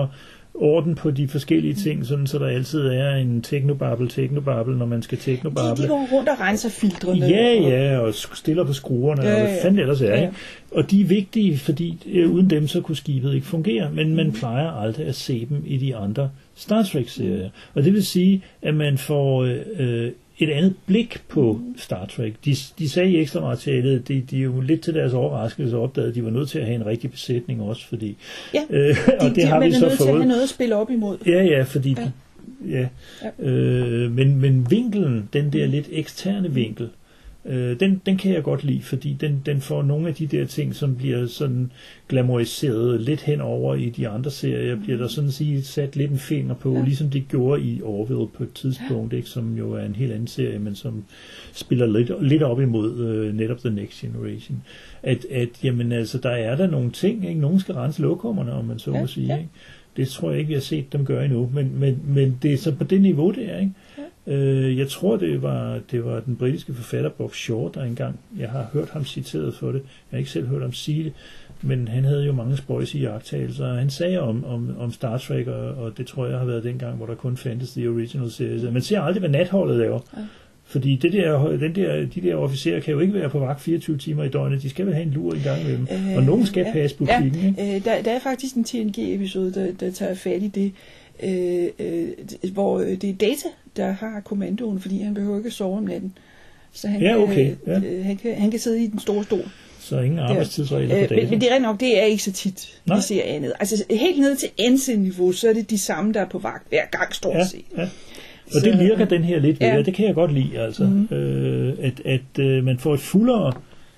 orden på de forskellige ting, sådan, så der altid er en teknobabbel, teknobabbel, når man skal teknobabble. De, de går rundt og renser filtrene. Ja, ja, og stiller på skruerne, ja, ja. og hvad fanden ellers er, ja. Ikke? Og de er vigtige, fordi øh, uden dem, så kunne skibet ikke fungere, men man plejer aldrig at se dem i de andre Star Trek-serier. Og det vil sige, at man får øh, et andet blik på Star Trek. De, de sagde i ekstra materialet, de, de jo lidt til deres overraskelse opdagede, at de var nødt til at have en rigtig besætning også, fordi... Ja, øh, og de, det de, har man vi er så nødt fået. til at have noget at spille op imod. Ja, ja, fordi... Ja. De, ja. Ja. Øh, men, men vinkelen, den der lidt eksterne vinkel, øh, den, den kan jeg godt lide, fordi den, den får nogle af de der ting, som bliver sådan glamouriseret lidt henover i de andre serier, bliver der sådan sige sat lidt en finger på, ja. Ligesom det gjorde i Orville på et tidspunkt, ikke, som jo er en helt anden serie, men som spiller lidt, lidt op imod øh, netop The Next Generation. At, at jamen altså, der er der nogle ting, ikke? Nogen skal rense lokummerne, om man så ja. må sige, Ja. ikke? Det tror jeg ikke, vi har set dem gøre endnu, men, men, men det er så på det niveau, det er, ikke? Ja. Øh, jeg tror, det var, det var den britiske forfatter Bob Shaw, der engang, jeg har hørt ham citeret for det, jeg har ikke selv hørt ham sige det, men han havde jo mange spøjs i iagttagelser, og han sagde om, om, om Star Trek, og, og det tror jeg har været dengang, hvor der kun fandtes The Original Series. Man ser aldrig, hvad natholdet laver. Ja. Fordi det der, den der, de der officerer kan jo ikke være på vagt fireogtyve timer i døgnet. De skal vel have en lur i gang med dem. Øh, og nogen skal ja, passe butikken. Ja, ikke? Øh, der, der er faktisk en T N G-episode, der, der tager fat i det, øh, øh, hvor det er Data, der har kommandoen, fordi han behøver ikke sove om natten. Så han, ja, okay. Ja. Øh, han, kan, han kan sidde i den store stol. Så ingen arbejdstidsregler øh, på Data. Men, men det er rent nok, det er ikke så tit, vi ser andet. Altså helt ned til ensign-niveau, så er det de samme, der er på vagt hver gang, stort ja, set. Ja. Og det virker den her lidt ved, ja. og det kan jeg godt lide, altså, mm. øh, at, at øh, man får et fuldere,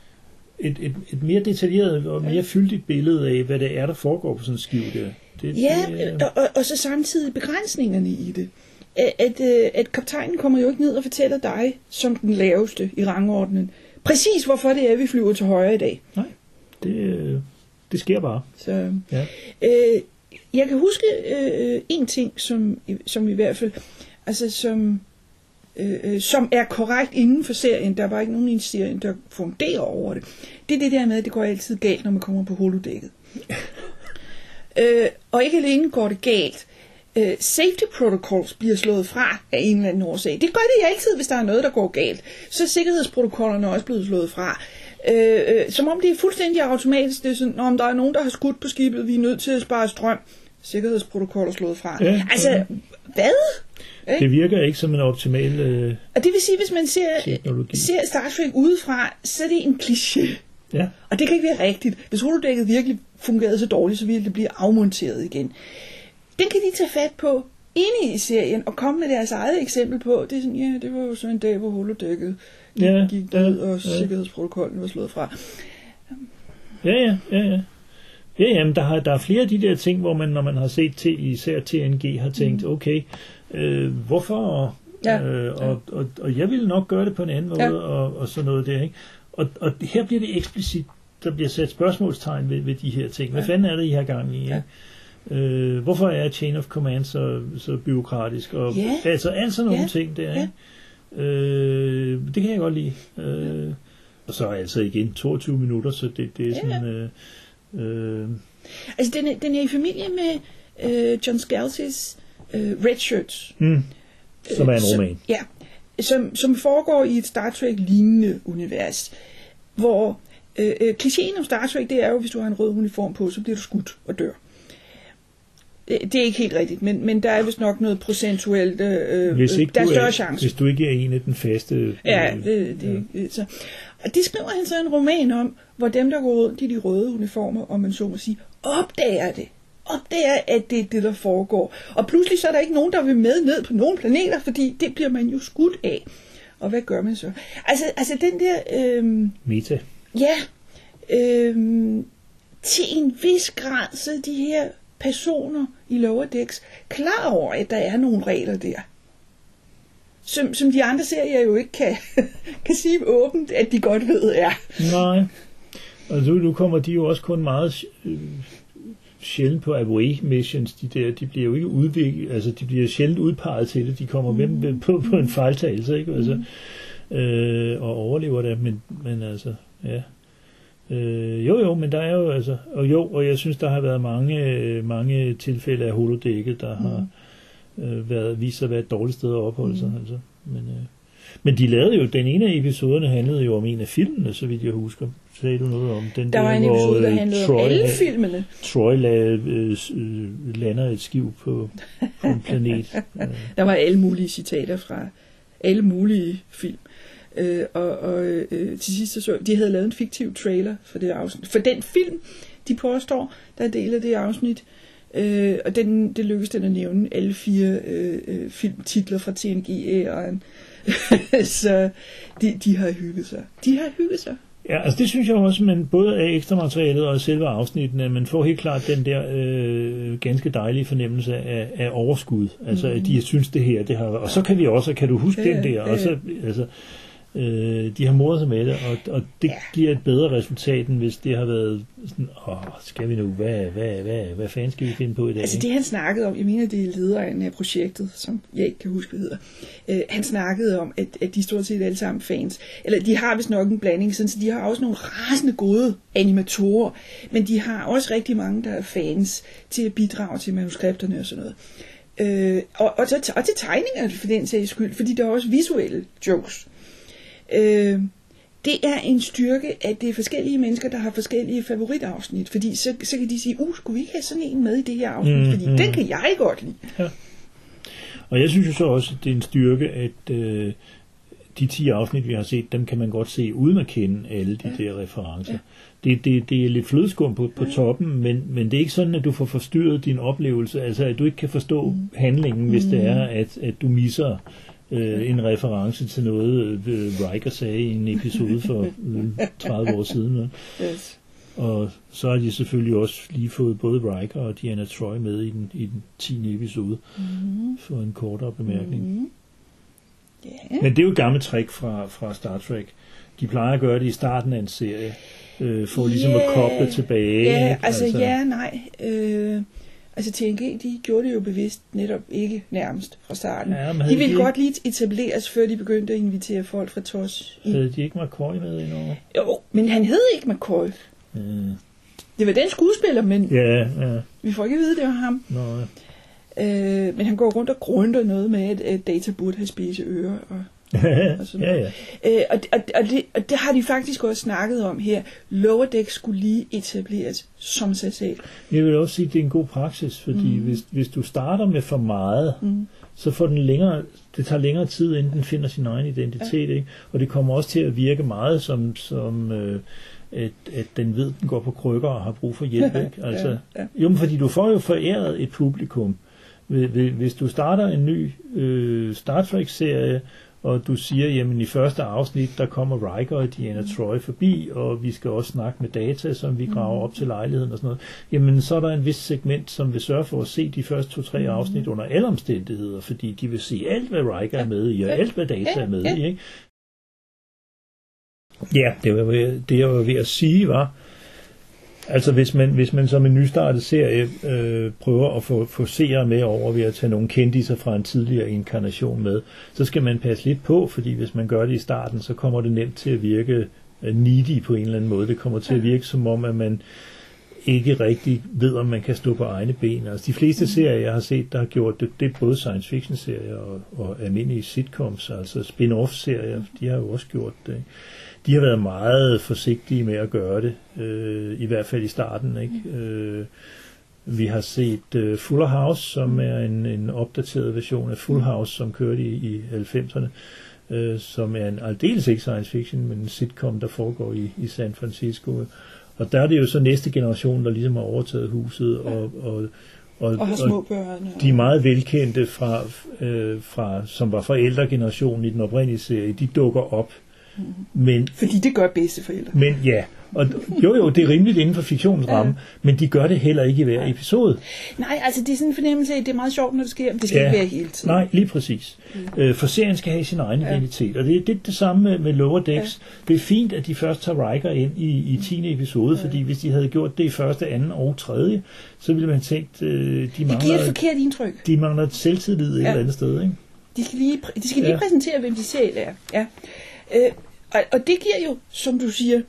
et, et, et mere detaljeret og mere fyldigt billede af, hvad det er, der foregår på sådan en skiv der. Det, ja, det, øh... og, og, og så samtidig begrænsningerne i det. At, at, at kaptajnen kommer jo ikke ned og fortæller dig, som den laveste i rangordnen, præcis hvorfor det er, vi flyver til højre i dag. Nej, det, det sker bare. Så, ja. øh, jeg kan huske øh, en ting, som, som i hvert fald... Altså som, øh, som er korrekt inden for serien. Der er bare ikke nogen i serien, der funderer over det. Det er det der med, at det går altid galt, når man kommer på holodækket. øh, og ikke alene går det galt. Øh, safety protocols bliver slået fra af en eller anden årsag. Det gør det altid, hvis der er noget, der går galt. Så er sikkerhedsprotokollerne også blevet slået fra. Øh, øh, som om det er fuldstændig automatisk. Det er sådan, om der er nogen, der har skudt på skibet, vi er nødt til at spare strøm. Sikkerhedsprotokoller slået fra. Ja, altså, ja. Hvad? Det virker ikke som en optimal øh, og det vil sige, hvis man ser, ser Star Trek udefra, så er det en kliché. Ja. Og det kan ikke være rigtigt. Hvis holodækket virkelig fungerede så dårligt, så ville det blive afmonteret igen. Den kan de tage fat på inde i serien og komme med deres eget eksempel på. Det er sådan, ja, det var jo så en dag, hvor holodækket ja, gik ud, og ja. sikkerhedsprotokollen var slået fra. Ja, ja, ja, ja. Ja, jamen, der, har, der er flere af de der ting, hvor man, når man har set til, især T N G, har tænkt, okay, øh, hvorfor? Ja. Øh, og, og, og jeg ville nok gøre det på en anden måde, ja. og, og sådan noget der, ikke? Og, og her bliver det eksplicit, der bliver sat spørgsmålstegn ved, ved de her ting. Hvad ja. fanden er det, I har gang i? Ja. Øh, hvorfor er Chain of Command så, så byråkratisk? Og, ja. Altså, alt sådan nogle ja. ting der, ja. ikke? Øh, det kan jeg godt lide. Øh, ja. Og så altså igen toogtyve minutter, så det, det er sådan... Øh, Øh. Altså den er, den er i familie med øh, John Scalzi's øh, Red Shirts, mm. som er en roman. Som, ja, som, som foregår i et Star Trek lignende univers, hvor øh, øh, klichéen om Star Trek, det er jo, hvis du har en rød uniform på, så bliver du skudt og dør. Det er ikke helt rigtigt, men, men der er vist nok noget procentuelt, øh, hvis ikke der er større er, chance. Hvis du ikke er en af den faste... Øh, ja, det, det, ja. Så. Og det skriver han så en roman om, hvor dem, der går rundt i de røde uniformer, om man så må sige, opdager det. Opdager, at det er det, der foregår. Og pludselig så er der ikke nogen, der vil med ned på nogen planeter, fordi det bliver man jo skudt af. Og hvad gør man så? Altså, altså den der... Øh, Meta. Ja. Øh, til en vis grad, så de her personer i Lower Decks klar over, at der er nogle regler der. Som, som de andre serier jo ikke kan, kan sige åbent, at de godt ved er. Nej. Og nu, nu kommer de jo også kun meget øh, sjældent på away missions. De der, de bliver jo ikke udviklet, altså de bliver sjældent udpeget til det. De kommer mm. med på, på en fejltagelse, ikke? Altså, øh, og overlever det, men, men altså, ja. Øh, jo, jo, men der er jo altså, og jo, og jeg synes, der har været mange, mange tilfælde af holodækket, der mm. har øh, været, vist sig at være et dårligt sted at opholde sig. Mm. Altså. Men, øh, men de lavede jo, den ene af episoderne handlede jo om en af filmene, så vidt jeg husker. Sagde du noget om den der? Der var en episode, der handlede Troy, om alle filmene. Troy lavede, øh, lander et skib på, på en planet. Der var alle mulige citater fra alle mulige film. Øh, og og øh, til sidst så de havde lavet en fiktiv trailer for det afsnit. For den film, de påstår, der er del af det afsnit, øh, og den, det lykkedes den at nævne alle fire øh, filmtitler fra T N G-æraen. Så de, de har hygget sig. De har hygget sig. Ja, altså det synes jeg også, men både af ekstra materialet og selve afsnittene, man får helt klart den der øh, ganske dejlige fornemmelse af, af overskud. Altså mm-hmm. at de synes det her, det har, og så kan vi også, kan du huske ja, den der, ja, ja. Og så, altså, øh, de har modet sig med det, og, og det ja. giver et bedre resultat, end hvis det har været sådan, åh, skal vi nu, hvad, hvad, hvad, hvad fanden skal vi finde på i dag? Altså det han snakkede om, jeg mener det er lederen af projektet, som jeg ikke kan huske, hvad hedder, øh, han snakkede om, at, at de stort set alle sammen fans, eller de har vist nok en blanding, sådan, så de har også nogle rasende gode animatorer, men de har også rigtig mange, der er fans til at bidrage til manuskripterne og sådan noget. Øh, og, og, til, og til tegninger for den sags skyld, fordi der er også visuelle jokes. Øh, det er en styrke, at det er forskellige mennesker, der har forskellige favoritafsnit, fordi så, så kan de sige, uh, skulle vi ikke have sådan en med i det her afsnit, mm, fordi mm. den kan jeg godt lide. Ja. Og jeg synes jo så også, at det er en styrke, at øh, de ti afsnit, vi har set, dem kan man godt se, uden at kende alle de ja. der referencer. Ja. Det, det, det er lidt flødeskum på, på toppen, men, men det er ikke sådan, at du får forstyrret din oplevelse, altså at du ikke kan forstå mm. handlingen, hvis mm. det er, at, at du misser øh, en reference til noget, øh, Riker sagde i en episode for øh, tredive år siden. Yes. Og så har de selvfølgelig også lige fået både Riker og Deanna Troi med i den, i den tiende episode, mm. for en kortere bemærkning. Mm. Yeah. Men det er jo et gammelt trick fra, fra Star Trek. De plejer at gøre det i starten af en serie, øh, for ligesom yeah. at koble tilbage. Ja, yeah, altså, altså ja, nej. Øh, altså T N G, de gjorde det jo bevidst netop ikke nærmest fra starten. Ja, de ville de godt lige etableres, før de begyndte at invitere folk fra T O S. Havde de ikke McCoy med indover? Jo, men han hed ikke McCoy. Mm. Det var den skuespiller, men ja, ja. vi får ikke vide, det var ham. Nå, ja. Øh, men han går rundt og grunder noget med, at, at Data burde have spidse ører og, og sådan ja, ja. Øh, og, og, og, det, og det har de faktisk også snakket om her. Lower Deck skulle lige etableres som sig selv. Jeg vil også sige, at det er en god praksis, fordi mm. hvis, hvis du starter med for meget, mm. så får den længere, det tager længere tid, inden den finder sin egen identitet, ja. ikke? Og det kommer også til at virke meget som, som øh, at, at den ved, den går på krykker og har brug for hjælp, ikke? Altså, ja, ja. Jo, men fordi du får jo foræret et publikum. Hvis du starter en ny øh, Star Trek-serie, og du siger, jamen i første afsnit, der kommer Riker og Deanna mm. Troi forbi, og vi skal også snakke med Data, som vi graver op til lejligheden og sådan noget, jamen så er der en vis segment, som vil sørge for at se de første to-tre mm. afsnit under alle omstændigheder, fordi de vil se alt, hvad Riker er med i, og alt, hvad Data er med i, ikke? Ja, det var det, jeg var ved at sige, var, altså hvis man, hvis man som en nystartet serie øh, prøver at få, få seere med over ved at tage nogle kendiser fra en tidligere inkarnation med, så skal man passe lidt på, fordi hvis man gør det i starten, så kommer det nemt til at virke øh, needy på en eller anden måde. Det kommer til at virke som om, at man ikke rigtig ved, om man kan stå på egne ben. Altså de fleste serier, jeg har set, der har gjort det, det er både science fiction serier og, og almindelige sitcoms, altså spin-off serier, de har jo også gjort det, ikke? De har været meget forsigtige med at gøre det, øh, i hvert fald i starten, ikke? Øh, vi har set uh, Fuller House, som er en, en opdateret version af Full House, som kørte i, i halvfemserne, øh, som er en aldeles ikke science fiction, men en sitcom, der foregår i, i San Francisco. Og der er det jo så næste generation, der ligesom har overtaget huset, og, og Og, og har små børn. Og de er meget velkendte, fra, øh, fra, som var forældregenerationen i den oprindelige serie, de dukker op. Mm-hmm. Men, fordi det gør bedsteforældre. Men ja, og jo jo, det er rimeligt inden for fiktionens ramme, ja. Men de gør det heller ikke i hver episode. Nej, altså det er sådan en fornemmelse af, at det er meget sjovt, når det sker, men det skal ja. ikke være hele tiden. Nej, lige præcis. Mm. Øh, for serien skal have sin egen ja. identitet, og det er det, det samme med, med Lower Decks. Ja. Det er fint, at de først tager Riker ind i, i tiende episode, ja. Fordi hvis de havde gjort det i første, anden og tredje, så ville man tænkt, øh, de mangler... Det giver et forkert indtryk. De mangler selvtillid et ja. eller andet sted, ikke? De skal lige, de skal lige ja. præsentere, hvem de selv er. Ja. Øh, og, og det giver jo, som du siger,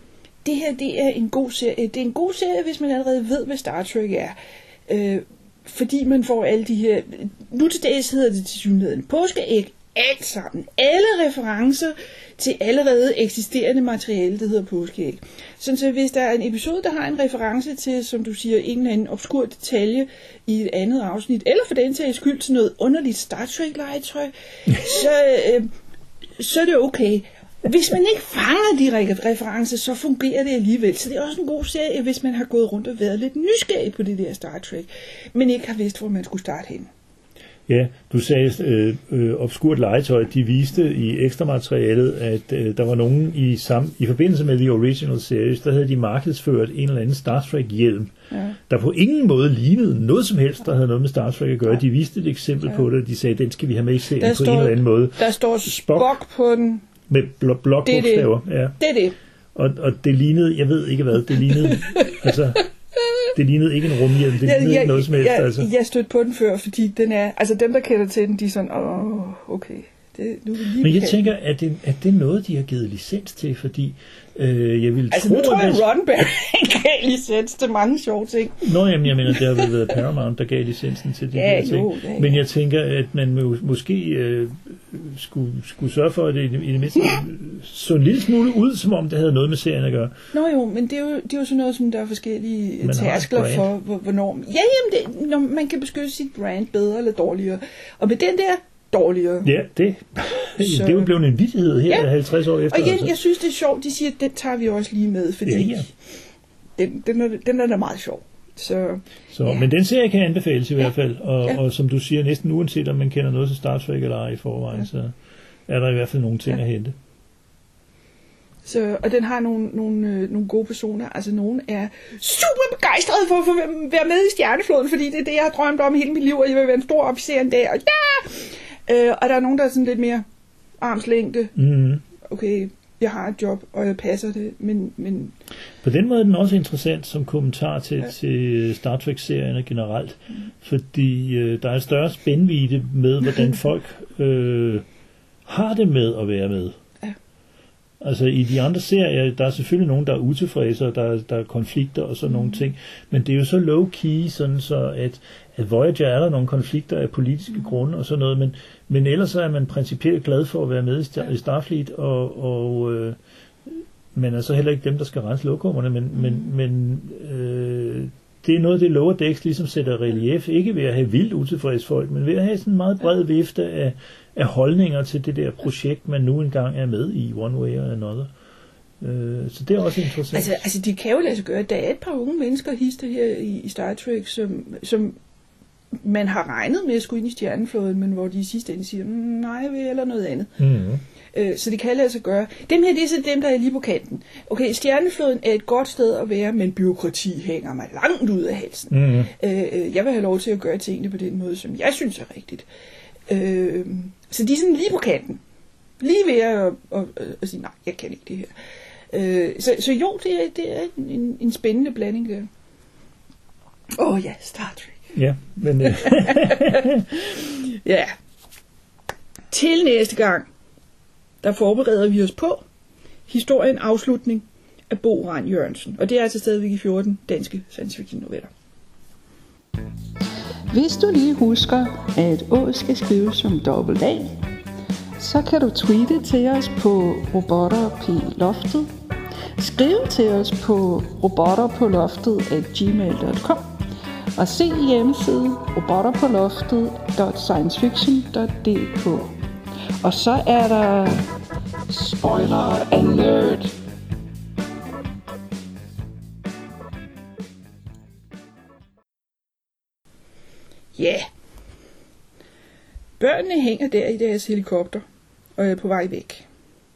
det her det er en god serie. Det er en god serie, hvis man allerede ved, hvad Star Trek er. Øh, fordi man får alle de her... Nu til dags hedder det til synligheden påskeæg. Alt sammen. Alle referencer til allerede eksisterende materiale, der hedder påskeæg. Sådan så hvis der er en episode, der har en reference til, som du siger, en eller anden obskur detalje i et andet afsnit, eller for den sags skyld til noget underligt Star Trek-legetøj, så, øh, så er det okay. Hvis man ikke fanger de referencer, så fungerer det alligevel. Så det er også en god serie, hvis man har gået rundt og været lidt nysgerrig på det der Star Trek, men ikke har vidst, hvor man skulle starte hen. Ja, du sagde øh, øh, obskurt legetøj. De viste i ekstra materialet, at øh, der var nogen i, sam, i forbindelse med The Original Series, der havde de markedsført en eller anden Star Trek-hjelm, ja. der på ingen måde lignede noget som helst, der havde noget med Star Trek at gøre. Ja. De viste et eksempel ja. på det, de sagde, den skal vi have med i serien på står, en eller anden måde. Der står Spock, Spock på den. Med bl- blokbogstaver. Det er det. Ja. Det, er det. Og, og det lignede, jeg ved ikke hvad, det lignede, altså... Det lignede ikke en rumhjelm, det lignede ja, ikke noget som helst. Jeg, altså. jeg stødte på den før, fordi den er, altså dem, der kender til den, de er sådan, åh, okay. Det, nu er det lige Men jeg tænker, at det, at det er noget, de har givet licens til, fordi øh, jeg vil altså, tro... Altså nu tror jeg, at Roddenberry gav licens til mange sjove ting. Nå, jamen, jeg mener, det har vel været Paramount, der gav licensen til de ja, her ting. Jo, ja, ja. Men jeg tænker, at man må, måske øh, skulle, skulle sørge for, at det i det mindste så en lille smule ud, som om det havde noget med serien at gøre. Nå jo, men det er jo, det er jo sådan noget, som der er forskellige man tærskler for, hvornår... Ja, jamen, det, når man kan beskytte sit brand bedre eller dårligere. Og med den der dårligere. Ja, det, så... det er jo blevet en vittighed her ja. halvtreds år efter. Og igen, altså. Jeg synes, det er sjovt, de siger, at den tager vi også lige med, fordi ja, ja. Den, den, er, den er da meget sjov. Så, så, ja. Men den serie kan anbefales i ja. hvert fald, og, ja. og som du siger, næsten uanset om man kender noget til Star Trek eller ej i forvejen, ja. så er der i hvert fald nogle ting ja. at hente. Så, og den har nogle, nogle, øh, nogle gode personer. Altså nogen er super begejstrede for at få være med i Stjerneflåden, fordi det er det, jeg har drømt om hele mit liv, og jeg vil være en stor officer en dag. Og, ja! øh, og der er nogen, der er sådan lidt mere armslængde. Mm-hmm. Okay, jeg har et job, og jeg passer det, men... men på den måde er den også interessant som kommentar til, ja. til Star Trek-serierne generelt, mm. fordi øh, der er større spændvidde med, hvordan folk øh, har det med at være med. Altså i de andre serier, der er selvfølgelig nogen, der er utilfredse, og der, der er konflikter og sådan mm. nogle ting, men det er jo så low-key, sådan så at, at Voyager er der nogle konflikter af politiske mm. grunde og sådan noget, men, men ellers så er man principielt glad for at være med i, Star, i Starfleet, og, og øh, man er så heller ikke dem, der skal rense lokummerne, men, mm. men, men øh, det er noget, det Lower Decks ligesom sætter relief, ikke ved at have vildt utilfredse folk, men ved at have sådan en meget bred vifte af af holdninger til det der projekt, man nu engang er med i, one way or another. Øh, så det er også interessant. Altså, altså de kan jo lade sig gøre. Der er et par unge mennesker, hister her i, i Star Trek, som, som man har regnet med at skulle ind i Stjerneflåden, men hvor de i sidste ende siger, nej, jeg vil eller noget andet. Mm-hmm. Øh, så det kan lade sig gøre. Dem her, det er så dem, der er lige på kanten. Okay, Stjerneflåden er et godt sted at være, men byråkrati hænger mig langt ud af halsen. Mm-hmm. Øh, jeg vil have lov til at gøre tingene på den måde, som jeg synes er rigtigt. Øh, så de er sådan lige på kanten. Lige ved at, at, at, at sige, nej, jeg kan ikke det her. Øh, så, så jo, det er, det er en, en spændende blanding der. Åh oh, ja, Star Trek. Ja, men... Øh. ja. Til næste gang, der forbereder vi os på historien afslutning af Bo Rand Jørgensen. Og det er altså stadigvæk i fjorten danske science fiction noveller. Hvis du lige husker, at Å skal skrives som dobbelt A, så kan du tweete til os på robotter på loftet, skrive til os på robotterpåloftet at gmail punktum com og se hjemmesiden robotterpåloftet punktum science fiction punktum d k. Og så er der spoiler alert. Ja. Yeah. Børnene hænger der i deres helikopter og er på vej væk.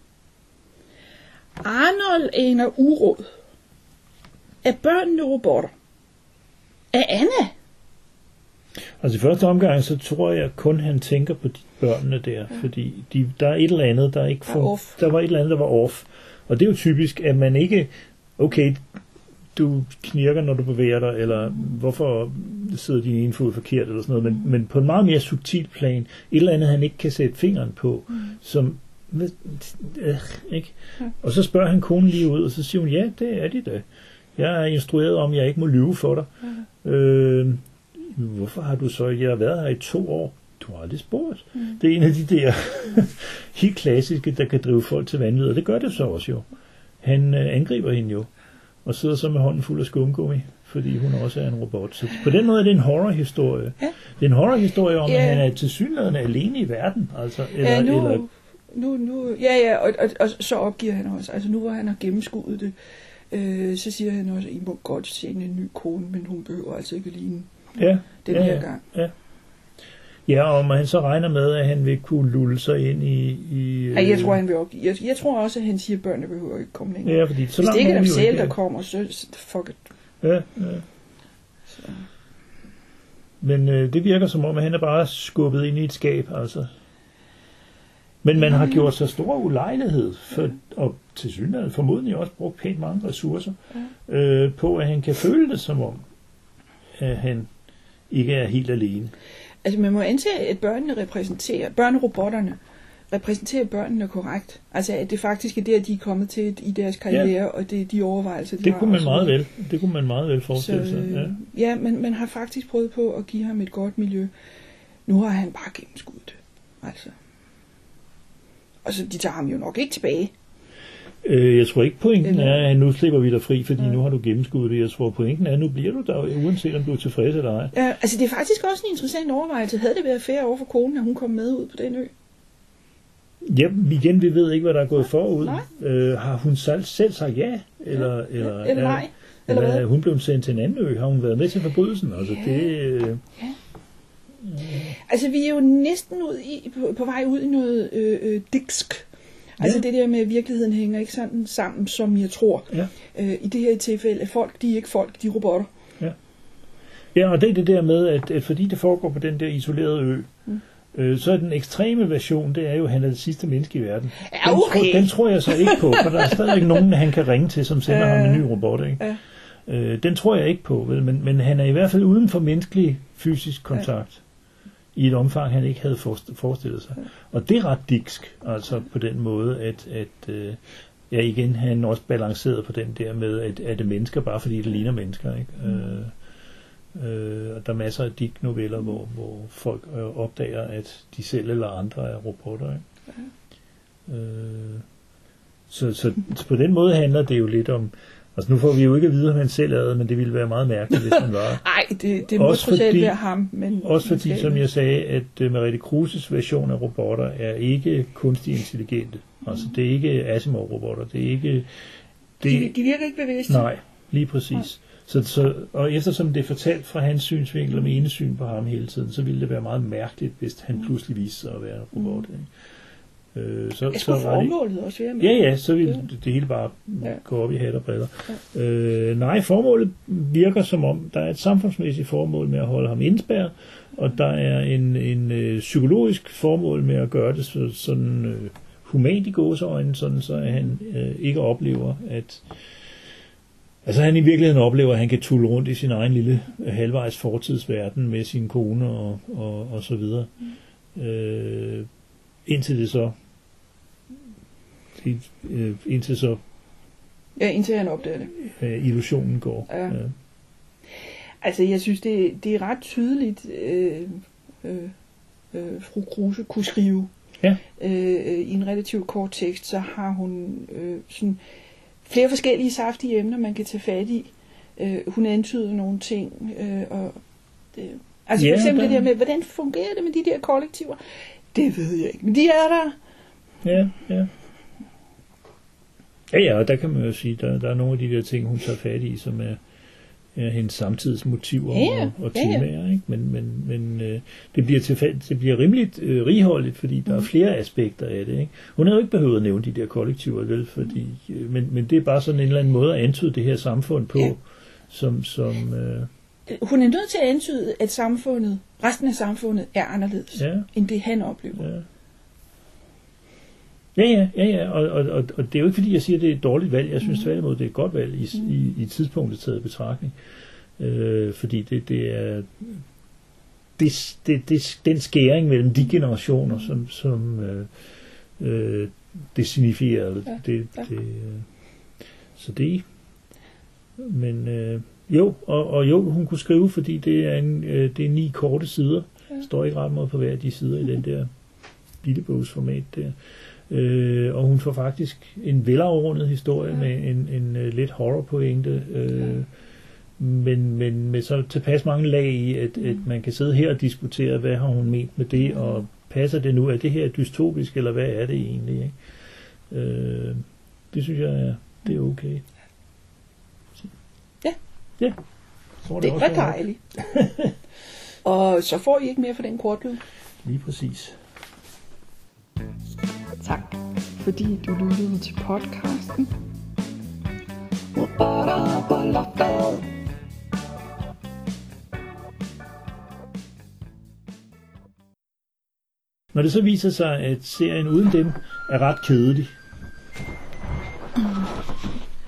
Arnold aner uråd. Er børnene robotter? Er Anna? Altså i første omgang, så tror jeg kun, han tænker på de børnene der, ja. fordi de, der er et eller andet, der ikke får, der var et eller andet, der var off. Og det er jo typisk, at man ikke, okay, du knirker, når du bevæger dig, eller hvorfor sidder din ene fod forkert, eller sådan noget, men, men på en meget mere subtil plan, et eller andet, han ikke kan sætte fingeren på, mm. som øh, ikke? Ja. Og så spørger han konen lige ud, og så siger hun, ja, det er de da. Jeg er instrueret om, at jeg ikke må lyve for dig. Ja. Øh, hvorfor har du så, jeg har været her i to år, du har aldrig spurgt. Mm. Det er en af de der helt klassiske, der kan drive folk til vanvid, og det gør det så også jo. Han øh, angriber hende jo, og sidder så med hånden fuld af skumgummi, fordi hun også er en robot. Så på den måde er det en horrorhistorie. Ja. Det er en horrorhistorie om, ja. At han er tilsyneladende alene i verden. Altså, eller, ja, nu, eller... nu, nu, ja, ja, og, og, og så opgiver han også. Altså nu hvor han har gennemskuet det, øh, så siger han også, at I må godt sende en ny kone, men hun behøver altså ikke ligne ja. den ja, her ja. gang. Ja. Ja, og man så regner med, at han vil kunne lulle sig ind i... i ja, jeg tror, han vil opgive. Jeg, jeg tror også, at han siger, at børnene behøver ikke komme længere. Ja, fordi så hvis det ikke er dem selv, ikke, der kommer, så fuck it. Ja, ja. Så. Men øh, det virker som om, at han er bare skubbet ind i et skab, altså. Men man har gjort så stor ulejlighed, for, og til synligheden formodentlig også brugt pænt mange ressourcer, ja. øh, på at han kan føle det som om, at han ikke er helt alene. Altså man må antage, at børnene repræsenterer, børnerobotterne repræsenterer børnene korrekt. Altså at det faktisk er det, de er kommet til i deres karriere, ja. Og det er de overvejelser, de det har. Kunne man meget vel. Det kunne man meget vel forestille så, sig. Ja, ja men man har faktisk prøvet på at give ham et godt miljø. Nu har han bare gennemskuddet det. Altså. Og så de tager ham jo nok ikke tilbage. Øh, jeg tror ikke pointen er, at nu slipper vi dig fri, fordi ja. Nu har du gennemskuddet det. Jeg tror pointen er, at nu bliver du der, uanset om du er tilfreds eller ej. Ja, altså det er faktisk også en interessant overvejelse. Havde det været fair over for konen, at hun kom med ud på den ø? Ja, igen, vi ved ikke, hvad der er gået forud. Øh, har hun selv, selv sagt ja? Eller, ja, eller, eller nej? Er, eller er hun blevet sendt til en anden ø? Har hun været med til forbrydelsen? Altså, ja. det... Øh, ja. Altså, vi er jo næsten ud i, på, på vej ud i noget øh, øh, diksk. Altså ja. Det der med, at virkeligheden hænger ikke sådan sammen, som jeg tror. Ja. Øh, I det her tilfælde er folk, de er ikke folk, de er robotter. Ja, ja og det er det der med, at, at fordi det foregår på den der isolerede ø, mm. øh, så er den ekstreme version, det er jo, at han er det sidste menneske i verden. Ja, okay. den, tror, den tror jeg så ikke på, for der er stadig nogen, han kan ringe til, som sender øh, ham en ny robot. Ikke? Ja. Øh, den tror jeg ikke på, vel? Men, men han er i hvert fald uden for menneskelig fysisk kontakt. Ja. I et omfang, han ikke havde forestillet sig. Og det er ret diksk, altså på den måde, at, at øh, ja, igen, han også balanceret på den der med, at, at det er mennesker, bare fordi det ligner mennesker, ikke? Mm. Øh, øh, og der er masser af dik-noveller, hvor, hvor folk øh, opdager, at de selv eller andre er robotter, ikke? Mm. Øh, så, så, så på den måde handler det jo lidt om. Altså nu får vi jo ikke at vide, om han selv er, men det ville være meget mærkeligt, hvis han var. Nej, det, det må trods alt være ham. Men også fordi, som jeg sagde, at uh, Merete Kruses version af robotter er ikke kunstig intelligente. Mm. Altså det er ikke Asimov-robotter. Det er ikke... Det, de, de virker ikke bevidst. Nej, lige præcis. Nej. Så, så, og eftersom det er fortalt fra hans synsvinkel og med enesyn på ham hele tiden, så ville det være meget mærkeligt, hvis han pludselig viste sig at være en robot. Mm. Øh, så, jeg skulle formålet også være med. Ja, ja, så vil ja. det, det hele bare ja. gå op i hat og briller. Ja. Øh, nej, formålet virker som om, der er et samfundsmæssigt formål med at holde ham indspærret, og der er en, en øh, psykologisk formål med at gøre det så, sådan øh, humant i gåseøjne, sådan så at han øh, ikke oplever, at altså han i virkeligheden oplever, at han kan tulle rundt i sin egen lille halvvejs fortidsverden med sin kone og, og, og så videre. Mm. Øh, indtil det så indtil så ja, indtil han opdager det. Øh, illusionen går. Ja. Ja. Altså, jeg synes, det, det er ret tydeligt, øh, øh, øh, fru Kruse kunne skrive. Ja. Øh, I en relativt kort tekst, så har hun øh, sådan flere forskellige saftige emner, man kan tage fat i. Øh, hun antyder nogle ting. Øh, og det, altså ja, for eksempel der... det der med, hvordan fungerer det med de der kollektiver? Det ved jeg ikke, men de er der. Ja, ja. Ja, ja, og der kan man jo sige, der, der er nogle af de der ting, hun tager fat i, som er, er hendes samtidsmotiver ja, og, og temaer, ja, ja. Ikke? Men, men, men øh, det, bliver tilfælde, det bliver rimeligt øh, righoldigt, fordi der mm. er flere aspekter af det. Ikke? Hun havde jo ikke behøvet at nævne de der kollektiver, vel? Fordi, øh, men, men det er bare sådan en eller anden måde at antyde det her samfund på, ja. som... som øh, hun er nødt til at antyde, at samfundet, resten af samfundet er anderledes, ja. end det han oplever. Ja. Ja, ja, ja, ja. Og, og, og, og det er jo ikke fordi, jeg siger, at det er et dårligt valg. Jeg synes tværtimod, det er et godt valg i, mm. i, i tidspunktet taget betragtning. Øh, fordi det, det er det, det, det, den skæring mellem de generationer, som, som øh, øh, det signifierede. Ja, det, ja. det, øh, så det. Men øh, jo, og, og jo, hun kunne skrive, fordi det er, en, øh, det er ni korte sider. Ja. Der står ikke ret meget på hver af de sider i den der bittebogsformat der. Øh, og hun får faktisk en velafrundet historie ja. med en, en, en lidt horrorpointe, øh, ja. men, men med så tilpas mange lag i, at, mm. at man kan sidde her og diskutere, hvad har hun ment med det, og passer det nu, er det her dystopisk, eller hvad er det egentlig? Ikke? Øh, det synes jeg, er, det er okay. Ja, ja. Så det, det er ret dejligt. Og så får I ikke mere for den kortlyd. Lige præcis. Tak, fordi du lyttede til podcasten. Når det så viser sig, at serien uden dem er ret kedelig,